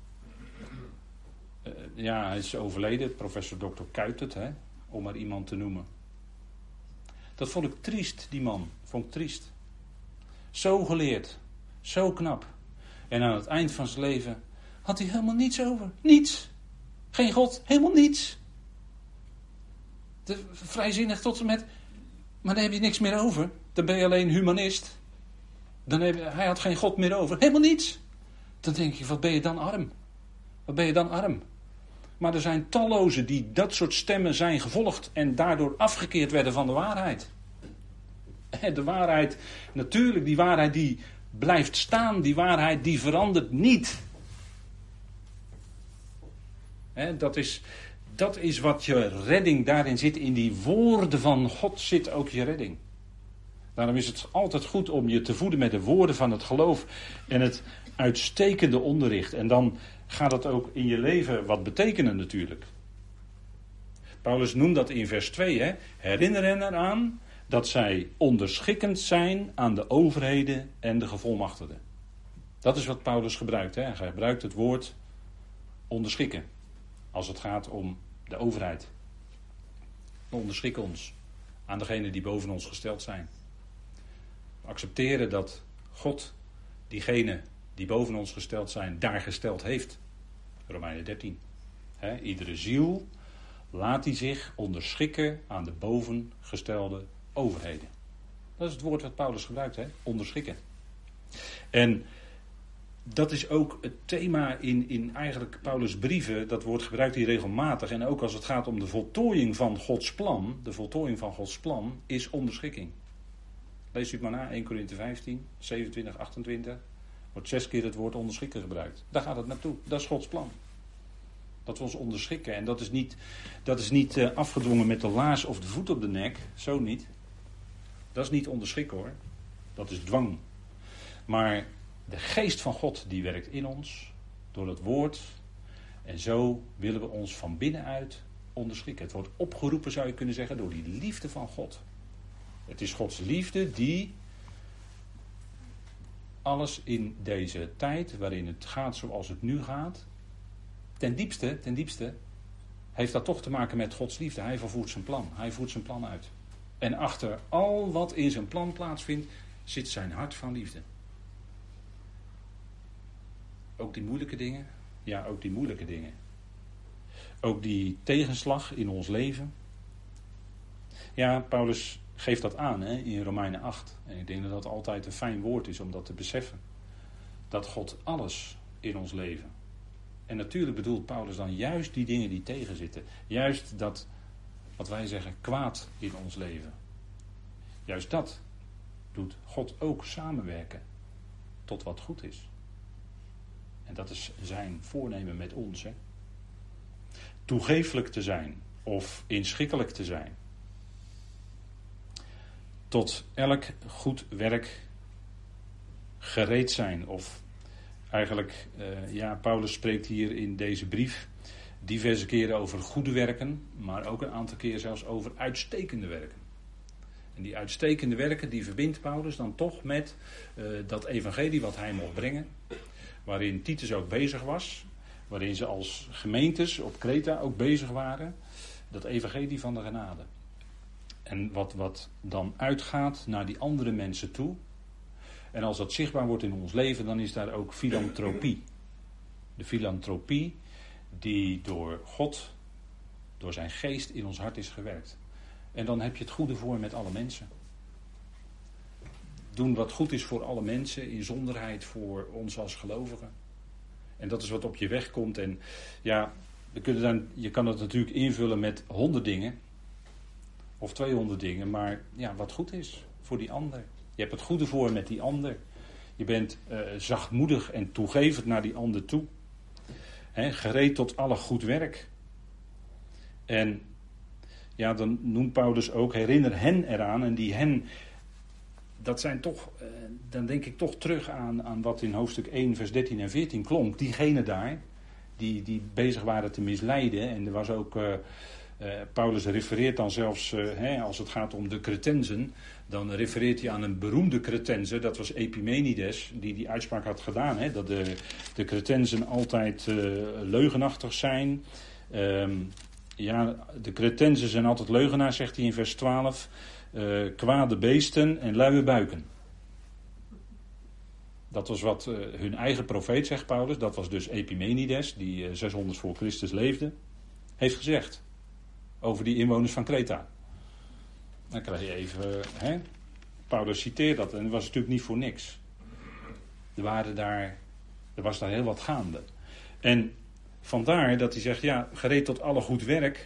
Uh, ja, hij is overleden, professor dokter Kuitert, hè, om maar iemand te noemen. Dat vond ik triest, die man. Vond ik triest. Zo geleerd. Zo knap. En aan het eind van zijn leven had hij helemaal niets over. Niets. Geen God. Helemaal niets. De, vrijzinnig tot en met. Maar dan heb je niks meer over. Dan ben je alleen humanist. Dan heb je, hij had geen God meer over. Helemaal niets. Dan denk je, wat ben je dan arm? Wat ben je dan arm? Maar er zijn tallozen die dat soort stemmen zijn gevolgd en daardoor afgekeerd werden van de waarheid. De waarheid, natuurlijk, die waarheid die blijft staan, die waarheid die verandert niet. He, dat is, dat is wat je redding daarin zit. In die woorden van God zit ook je redding. Daarom is het altijd goed om je te voeden met de woorden van het geloof en het uitstekende onderricht. En dan gaat dat ook in je leven wat betekenen natuurlijk. Paulus noemt dat in vers twee. Hè? Herinner hen eraan dat zij onderschikkend zijn aan de overheden en de gevolmachtigden. Dat is wat Paulus gebruikt. Hè? Hij gebruikt het woord onderschikken. Als het gaat om de overheid. We onderschikken ons aan degenen die boven ons gesteld zijn. We accepteren dat God diegenen die boven ons gesteld zijn, daar gesteld heeft. Romeinen dertien. He, iedere ziel laat die zich onderschikken aan de bovengestelde overheden. Dat is het woord wat Paulus gebruikt, he, onderschikken. En dat is ook het thema in, in eigenlijk Paulus' brieven. Dat wordt gebruikt hier regelmatig. En ook als het gaat om de voltooiing van Gods plan. De voltooiing van Gods plan is onderschikking. Lees u het maar na, eerste Korinthe vijftien, zevenentwintig, achtentwintig. Wordt zes keer het woord onderschikken gebruikt. Daar gaat het naartoe. Dat is Gods plan. Dat we ons onderschikken. En dat is niet, dat is niet uh, afgedwongen met de laars of de voet op de nek. Zo niet. Dat is niet onderschikken hoor. Dat is dwang. Maar de geest van God die werkt in ons. Door het woord. En zo willen we ons van binnenuit onderschikken. Het wordt opgeroepen zou je kunnen zeggen door die liefde van God. Het is Gods liefde die alles in deze tijd waarin het gaat zoals het nu gaat. Ten diepste, ten diepste heeft dat toch te maken met Gods liefde. Hij vervoert zijn plan. Hij voert zijn plan uit. En achter al wat in zijn plan plaatsvindt, zit zijn hart van liefde. Ook die moeilijke dingen. Ja, ook die moeilijke dingen. Ook die tegenslag in ons leven. Ja, Paulus geeft dat aan hè, in Romeinen acht. En ik denk dat dat altijd een fijn woord is om dat te beseffen. Dat God alles in ons leven. En natuurlijk bedoelt Paulus dan juist die dingen die tegenzitten. Juist dat, wat wij zeggen, kwaad in ons leven. Juist dat doet God ook samenwerken tot wat goed is. En dat is zijn voornemen met ons. Hè. Toegeeflijk te zijn of inschikkelijk te zijn. Tot elk goed werk gereed zijn. Of eigenlijk, uh, ja, Paulus spreekt hier in deze brief diverse keren over goede werken, maar ook een aantal keer zelfs over uitstekende werken. En die uitstekende werken, die verbindt Paulus dan toch met uh, dat evangelie wat hij mocht brengen. Waarin Titus ook bezig was. Waarin ze als gemeentes op Kreta ook bezig waren. Dat evangelie van de genade. En wat, wat dan uitgaat naar die andere mensen toe. En als dat zichtbaar wordt in ons leven, dan is daar ook filantropie. De filantropie die door God, door zijn geest in ons hart is gewerkt. En dan heb je het goede voor met alle mensen. Doen wat goed is voor alle mensen, in zonderheid voor ons als gelovigen. En dat is wat op je weg komt. En ja, we kunnen dan, je kan het natuurlijk invullen met honderd dingen. Of tweehonderd dingen, maar ja, wat goed is voor die ander. Je hebt het goede voor met die ander. Je bent uh, zachtmoedig en toegevend naar die ander toe. He, gereed tot alle goed werk. En ja, dan noemt Paulus ook, herinner hen eraan. En die hen, dat zijn toch, uh, dan denk ik toch terug aan, aan wat in hoofdstuk één, vers dertien en veertien klonk. Diegenen daar, die, die bezig waren te misleiden. En er was ook... Uh, Uh, Paulus refereert dan zelfs, uh, hè, als het gaat om de Cretenzen, dan refereert hij aan een beroemde Cretense, dat was Epimenides, die die uitspraak had gedaan, hè, dat de, de Cretenzen altijd uh, leugenachtig zijn. Um, ja, de Cretenzen zijn altijd leugenaars, zegt hij in vers twaalf, uh, kwade beesten en luie buiken. Dat was wat uh, hun eigen profeet, zegt Paulus, dat was dus Epimenides, die uh, zeshonderd voor Christus leefde, heeft gezegd. Over die inwoners van Kreta. Dan krijg je even... Hè? Paulus citeert dat. En dat was natuurlijk niet voor niks. Er, waren daar, er was daar heel wat gaande. En vandaar dat hij zegt... Ja, gereed tot alle goed werk.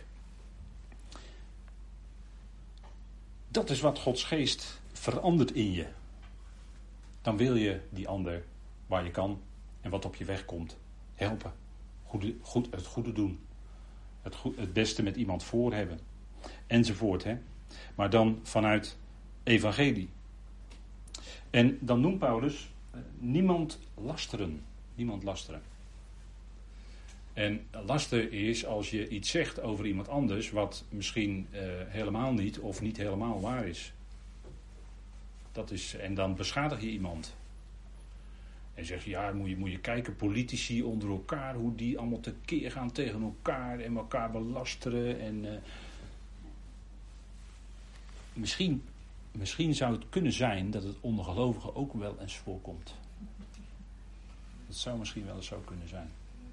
Dat is wat Gods geest verandert in je. Dan wil je die ander waar je kan... en wat op je weg komt, helpen. Goede, goed, het goede doen. Het, goed, het beste met iemand voor hebben. Enzovoort. Hè? Maar dan vanuit evangelie. En dan noemt Paulus uh, niemand lasteren. Niemand lasteren. En laster is als je iets zegt over iemand anders wat misschien uh, helemaal niet of niet helemaal waar is. Dat is. En dan beschadig je iemand. En zeg je, ja, moet je, moet je kijken, politici onder elkaar, hoe die allemaal tekeer gaan tegen elkaar en elkaar belasteren. En, uh, misschien, misschien zou het kunnen zijn dat het onder gelovigen ook wel eens voorkomt. Dat zou misschien wel eens zo kunnen zijn.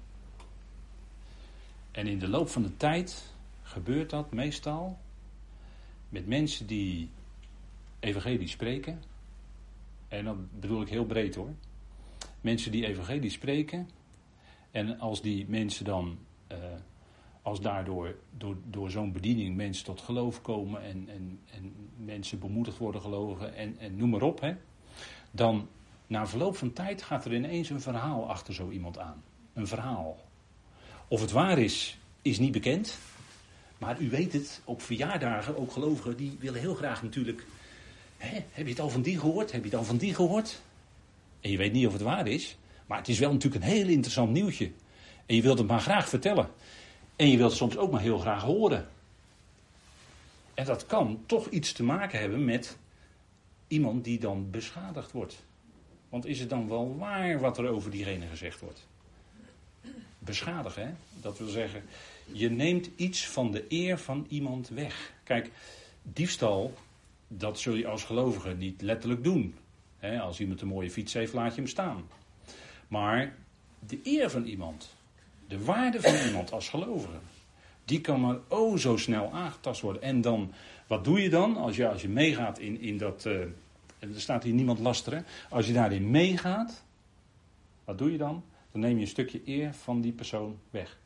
En in de loop van de tijd gebeurt dat meestal met mensen die evangelie spreken. En dat bedoel ik heel breed hoor. Mensen die evangelie spreken. En als die mensen dan, uh, als daardoor door, door zo'n bediening mensen tot geloof komen en, en, en mensen bemoedigd worden geloven en, en noem maar op. Hè, dan na verloop van tijd gaat er ineens een verhaal achter zo iemand aan. Een verhaal. Of het waar is, is niet bekend. Maar u weet het, op verjaardagen, ook gelovigen, die willen heel graag natuurlijk. Hè, heb je het al van die gehoord? Heb je het al van die gehoord? En je weet niet of het waar is. Maar het is wel natuurlijk een heel interessant nieuwtje. En je wilt het maar graag vertellen. En je wilt het soms ook maar heel graag horen. En dat kan toch iets te maken hebben met iemand die dan beschadigd wordt. Want is het dan wel waar wat er over diegene gezegd wordt? Beschadigen, hè? Dat wil zeggen, je neemt iets van de eer van iemand weg. Kijk, diefstal, dat zul je als gelovige niet letterlijk doen. Hè? Als iemand een mooie fiets heeft, laat je hem staan. Maar de eer van iemand, de waarde van iemand als gelovige, die kan maar oh zo snel aangetast worden. En dan, wat doe je dan als je, als je meegaat in, in dat, uh, er staat hier niemand lasteren, als je daarin meegaat, wat doe je dan? Dan neem je een stukje eer van die persoon weg.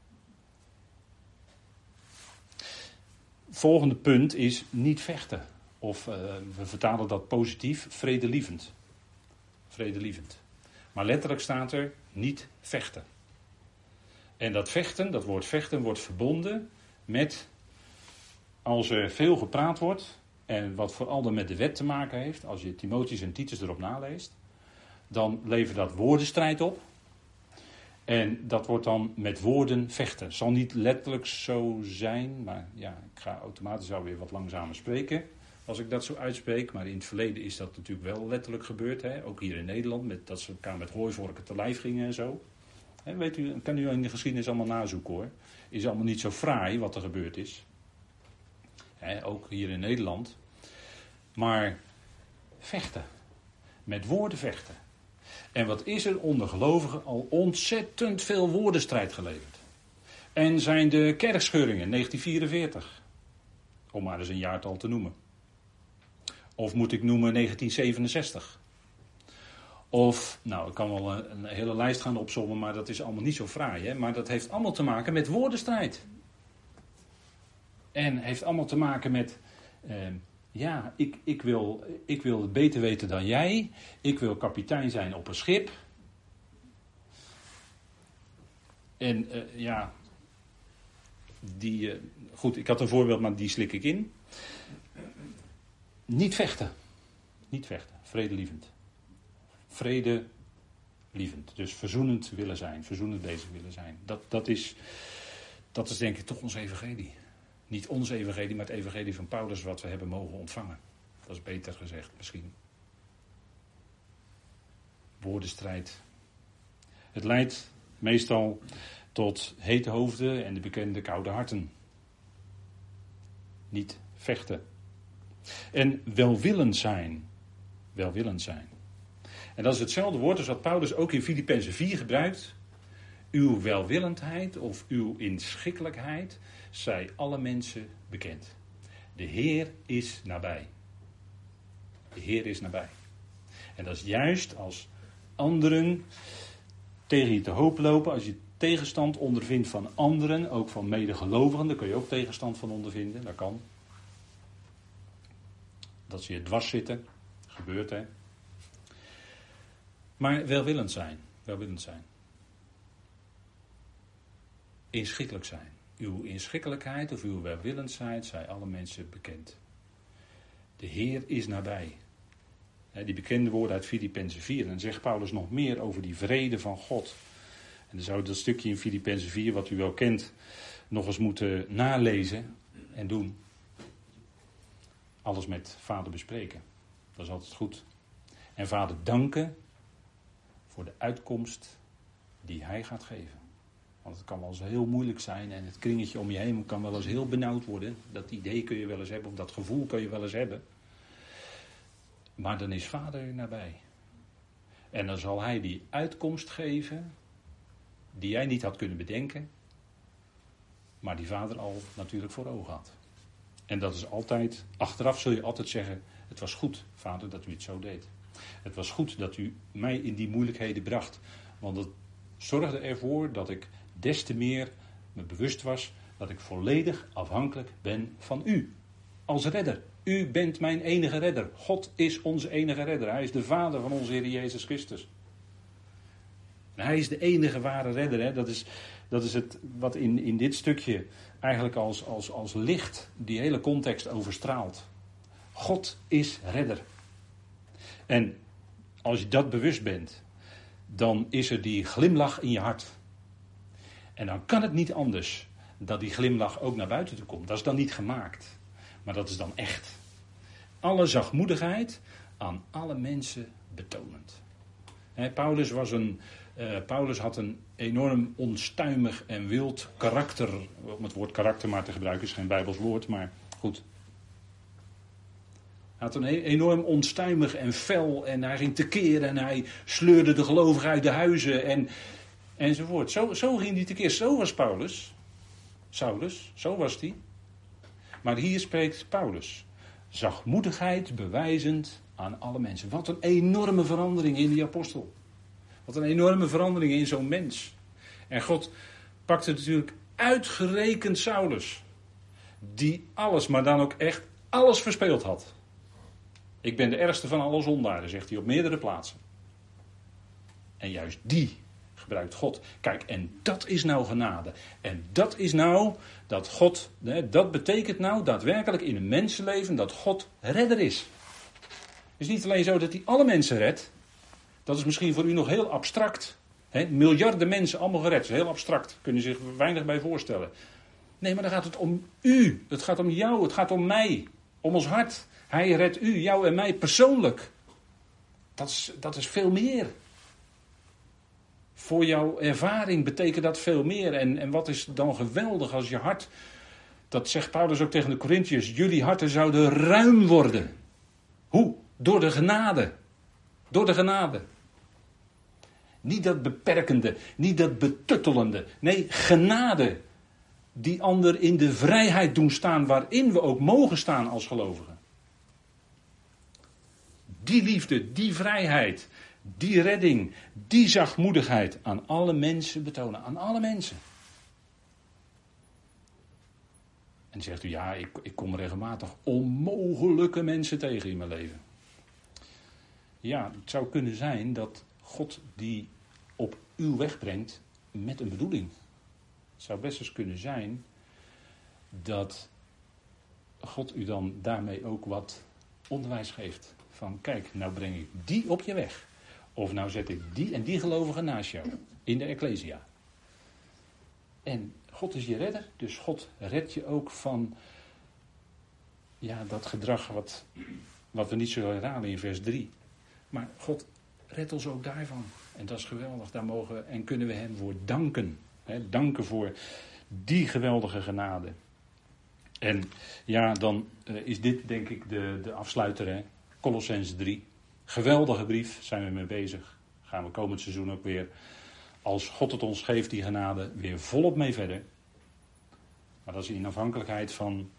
Volgende punt is niet vechten. Of uh, we vertalen dat positief, vredelievend. Vredelievend. Maar letterlijk staat er niet vechten. En dat vechten, dat woord vechten, wordt verbonden met als er veel gepraat wordt. En wat vooral dan met de wet te maken heeft. Als je Timotheus en Titus erop naleest. Dan levert dat woordenstrijd op. En dat wordt dan met woorden vechten. Het zal niet letterlijk zo zijn. Maar ja, ik ga automatisch alweer wat langzamer spreken. Als ik dat zo uitspreek. Maar in het verleden is dat natuurlijk wel letterlijk gebeurd. Hè? Ook hier in Nederland. Met, dat ze elkaar met hooivorken te lijf gingen en zo. Hè, weet u, kan u in de geschiedenis allemaal nazoeken hoor. Is allemaal niet zo fraai wat er gebeurd is. Hè, ook hier in Nederland. Maar vechten. Met woorden vechten. En wat is er onder gelovigen al ontzettend veel woordenstrijd geleverd. En zijn de kerkscheuringen negentien vierenveertig. Om maar eens een jaartal te noemen. Of moet ik noemen negentien zevenenzestig. Of, nou ik kan wel een, een hele lijst gaan opzommen, maar dat is allemaal niet zo fraai. Hè? Maar dat heeft allemaal te maken met woordenstrijd. En heeft allemaal te maken met... Eh, Ja, ik, ik, wil, ik wil het beter weten dan jij. Ik wil kapitein zijn op een schip. En uh, ja, die, uh, goed, ik had een voorbeeld, maar die slik ik in. Niet vechten. Niet vechten. Vredelievend. Vredelievend. Dus verzoenend willen zijn. Verzoenend bezig willen zijn. Dat, dat, is, dat is denk ik toch ons evangelie. Niet ons evangelie, maar het evangelie van Paulus wat we hebben mogen ontvangen. Dat is beter gezegd misschien. Woordenstrijd. Het leidt meestal tot hete hoofden en de bekende koude harten. Niet vechten. En welwillend zijn. Welwillend zijn. En dat is hetzelfde woord als wat Paulus ook in Filippenzen vier gebruikt. Uw welwillendheid of uw inschikkelijkheid zij alle mensen bekend. De Heer is nabij. De Heer is nabij. En dat is juist als anderen tegen je te hoop lopen, als je tegenstand ondervindt van anderen, ook van medegelovigen, daar kun je ook tegenstand van ondervinden, dat kan. Dat ze je dwars zitten, gebeurt hè. Maar welwillend zijn, welwillend zijn. Inschikkelijk zijn. Uw inschikkelijkheid of uw welwillendheid zij alle mensen bekend. De Heer is nabij. Die bekende woorden uit Filippenzen vier. En dan zegt Paulus nog meer over die vrede van God. En dan zou dat stukje in Filippenzen vier, wat u wel kent, nog eens moeten nalezen en doen. Alles met vader bespreken. Dat is altijd goed. En vader danken voor de uitkomst die hij gaat geven. Want het kan wel eens heel moeilijk zijn en het kringetje om je heen kan wel eens heel benauwd worden. Dat idee kun je wel eens hebben of dat gevoel kun je wel eens hebben. Maar dan is vader nabij. En dan zal hij die uitkomst geven die jij niet had kunnen bedenken. Maar die vader al natuurlijk voor ogen had. En dat is altijd, achteraf zul je altijd zeggen, het was goed vader dat u het zo deed. Het was goed dat u mij in die moeilijkheden bracht. Want het zorgde ervoor dat ik des te meer me bewust was dat ik volledig afhankelijk ben van u. Als redder. U bent mijn enige redder. God is onze enige redder. Hij is de Vader van onze Heer Jezus Christus. En hij is de enige ware redder. Hè? Dat is, dat is het wat in, in dit stukje eigenlijk als, als, als licht die hele context overstraalt. God is redder. En als je dat bewust bent, dan is er die glimlach in je hart. En dan kan het niet anders dat die glimlach ook naar buiten toe komt. Dat is dan niet gemaakt, maar dat is dan echt. Alle zachtmoedigheid aan alle mensen betonend. He, Paulus, was een, uh, Paulus had een enorm onstuimig en wild karakter. Om het woord karakter maar te gebruiken is geen Bijbels woord, maar goed. Hij had een enorm onstuimig en fel en hij ging tekeer en hij sleurde de gelovigen uit de huizen en, enzovoort. Zo, zo ging hij tekeer. Zo was Paulus. Saulus, zo was hij. Maar hier spreekt Paulus. Zachtmoedigheid bewijzend aan alle mensen. Wat een enorme verandering in die apostel. Wat een enorme verandering in zo'n mens. En God pakte natuurlijk uitgerekend Saulus. Die alles, maar dan ook echt alles verspeeld had. Ik ben de ergste van alle zondaren, zegt hij op meerdere plaatsen. En juist die gebruikt God. Kijk, en dat is nou genade. En dat is nou dat God, dat betekent nou daadwerkelijk in een mensenleven dat God redder is. Het is niet alleen zo dat hij alle mensen redt. Dat is misschien voor u nog heel abstract. He, miljarden mensen allemaal gered. Dat is heel abstract. Kun je zich weinig bij voorstellen. Nee, maar dan gaat het om u. Het gaat om jou. Het gaat om mij. Om ons hart. Hij redt u, jou en mij persoonlijk. Dat is, dat is veel meer. Voor jouw ervaring betekent dat veel meer. En, en wat is dan geweldig als je hart... Dat zegt Paulus ook tegen de Korintiërs. Jullie harten zouden ruim worden. Hoe? Door de genade. Door de genade. Niet dat beperkende. Niet dat betuttelende. Nee, genade. Die ander in de vrijheid doen staan waarin we ook mogen staan als gelovigen. Die liefde, die vrijheid, die redding, die zachtmoedigheid aan alle mensen betonen. Aan alle mensen. En zegt u, ja, ik, ik kom regelmatig onmogelijke mensen tegen in mijn leven. Ja, het zou kunnen zijn dat God die op uw weg brengt met een bedoeling. Het zou best eens kunnen zijn dat God u dan daarmee ook wat onderwijs geeft. Van kijk, nou breng ik die op je weg. Of nou zet ik die en die gelovigen naast jou. In de Ecclesia. En God is je redder. Dus God redt je ook van ja, dat gedrag wat, wat we niet zullen herhalen in vers drie. Maar God redt ons ook daarvan. En dat is geweldig. Daar mogen we en kunnen we hem voor danken. He, danken voor die geweldige genade. En ja, dan uh, is dit denk ik de, de afsluiter. Hè? Colossenzen drie. Geweldige brief, zijn we mee bezig. Gaan we komend seizoen ook weer, als God het ons geeft, die genade, weer volop mee verder. Maar dat is in afhankelijkheid van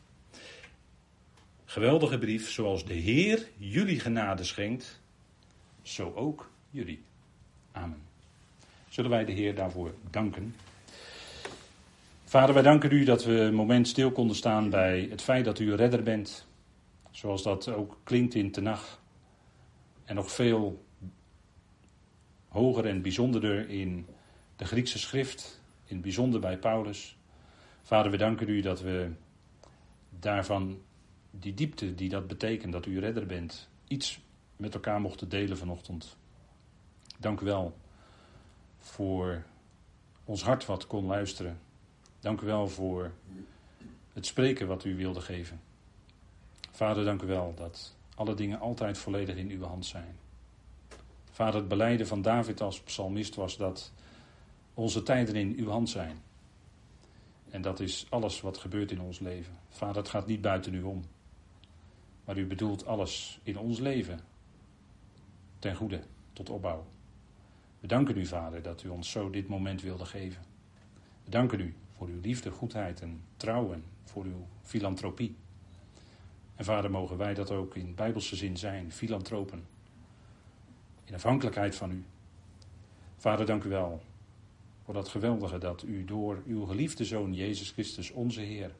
geweldige brief, zoals de Heer jullie genade schenkt, zo ook jullie. Amen. Zullen wij de Heer daarvoor danken. Vader, wij danken u dat we een moment stil konden staan bij het feit dat u een redder bent. Zoals dat ook klinkt in Tenach. En nog veel hoger en bijzonderder in de Griekse schrift. In het bijzonder bij Paulus. Vader, we danken u dat we daarvan die diepte die dat betekent, dat u redder bent, iets met elkaar mochten delen vanochtend. Dank u wel voor ons hart wat kon luisteren. Dank u wel voor het spreken wat u wilde geven. Vader, dank u wel dat alle dingen altijd volledig in uw hand zijn. Vader, het belijden van David als psalmist was dat onze tijden in uw hand zijn. En dat is alles wat gebeurt in ons leven. Vader, het gaat niet buiten u om. Maar u bedoelt alles in ons leven ten goede, tot opbouw. We danken u, Vader, dat u ons zo dit moment wilde geven. We danken u voor uw liefde, goedheid en trouw en voor uw filantropie. En Vader, mogen wij dat ook in bijbelse zin zijn, filantropen. In afhankelijkheid van u. Vader, dank u wel voor dat geweldige dat u door uw geliefde Zoon Jezus Christus, onze Heer.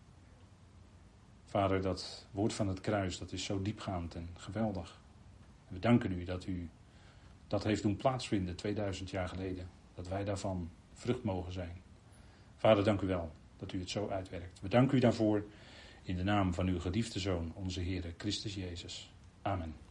Vader, dat woord van het kruis, dat is zo diepgaand en geweldig. En we danken u dat u dat heeft doen plaatsvinden tweeduizend jaar geleden. Dat wij daarvan vrucht mogen zijn. Vader, dank u wel dat u het zo uitwerkt. We danken u daarvoor in de naam van uw geliefde Zoon, onze Heer Christus Jezus. Amen.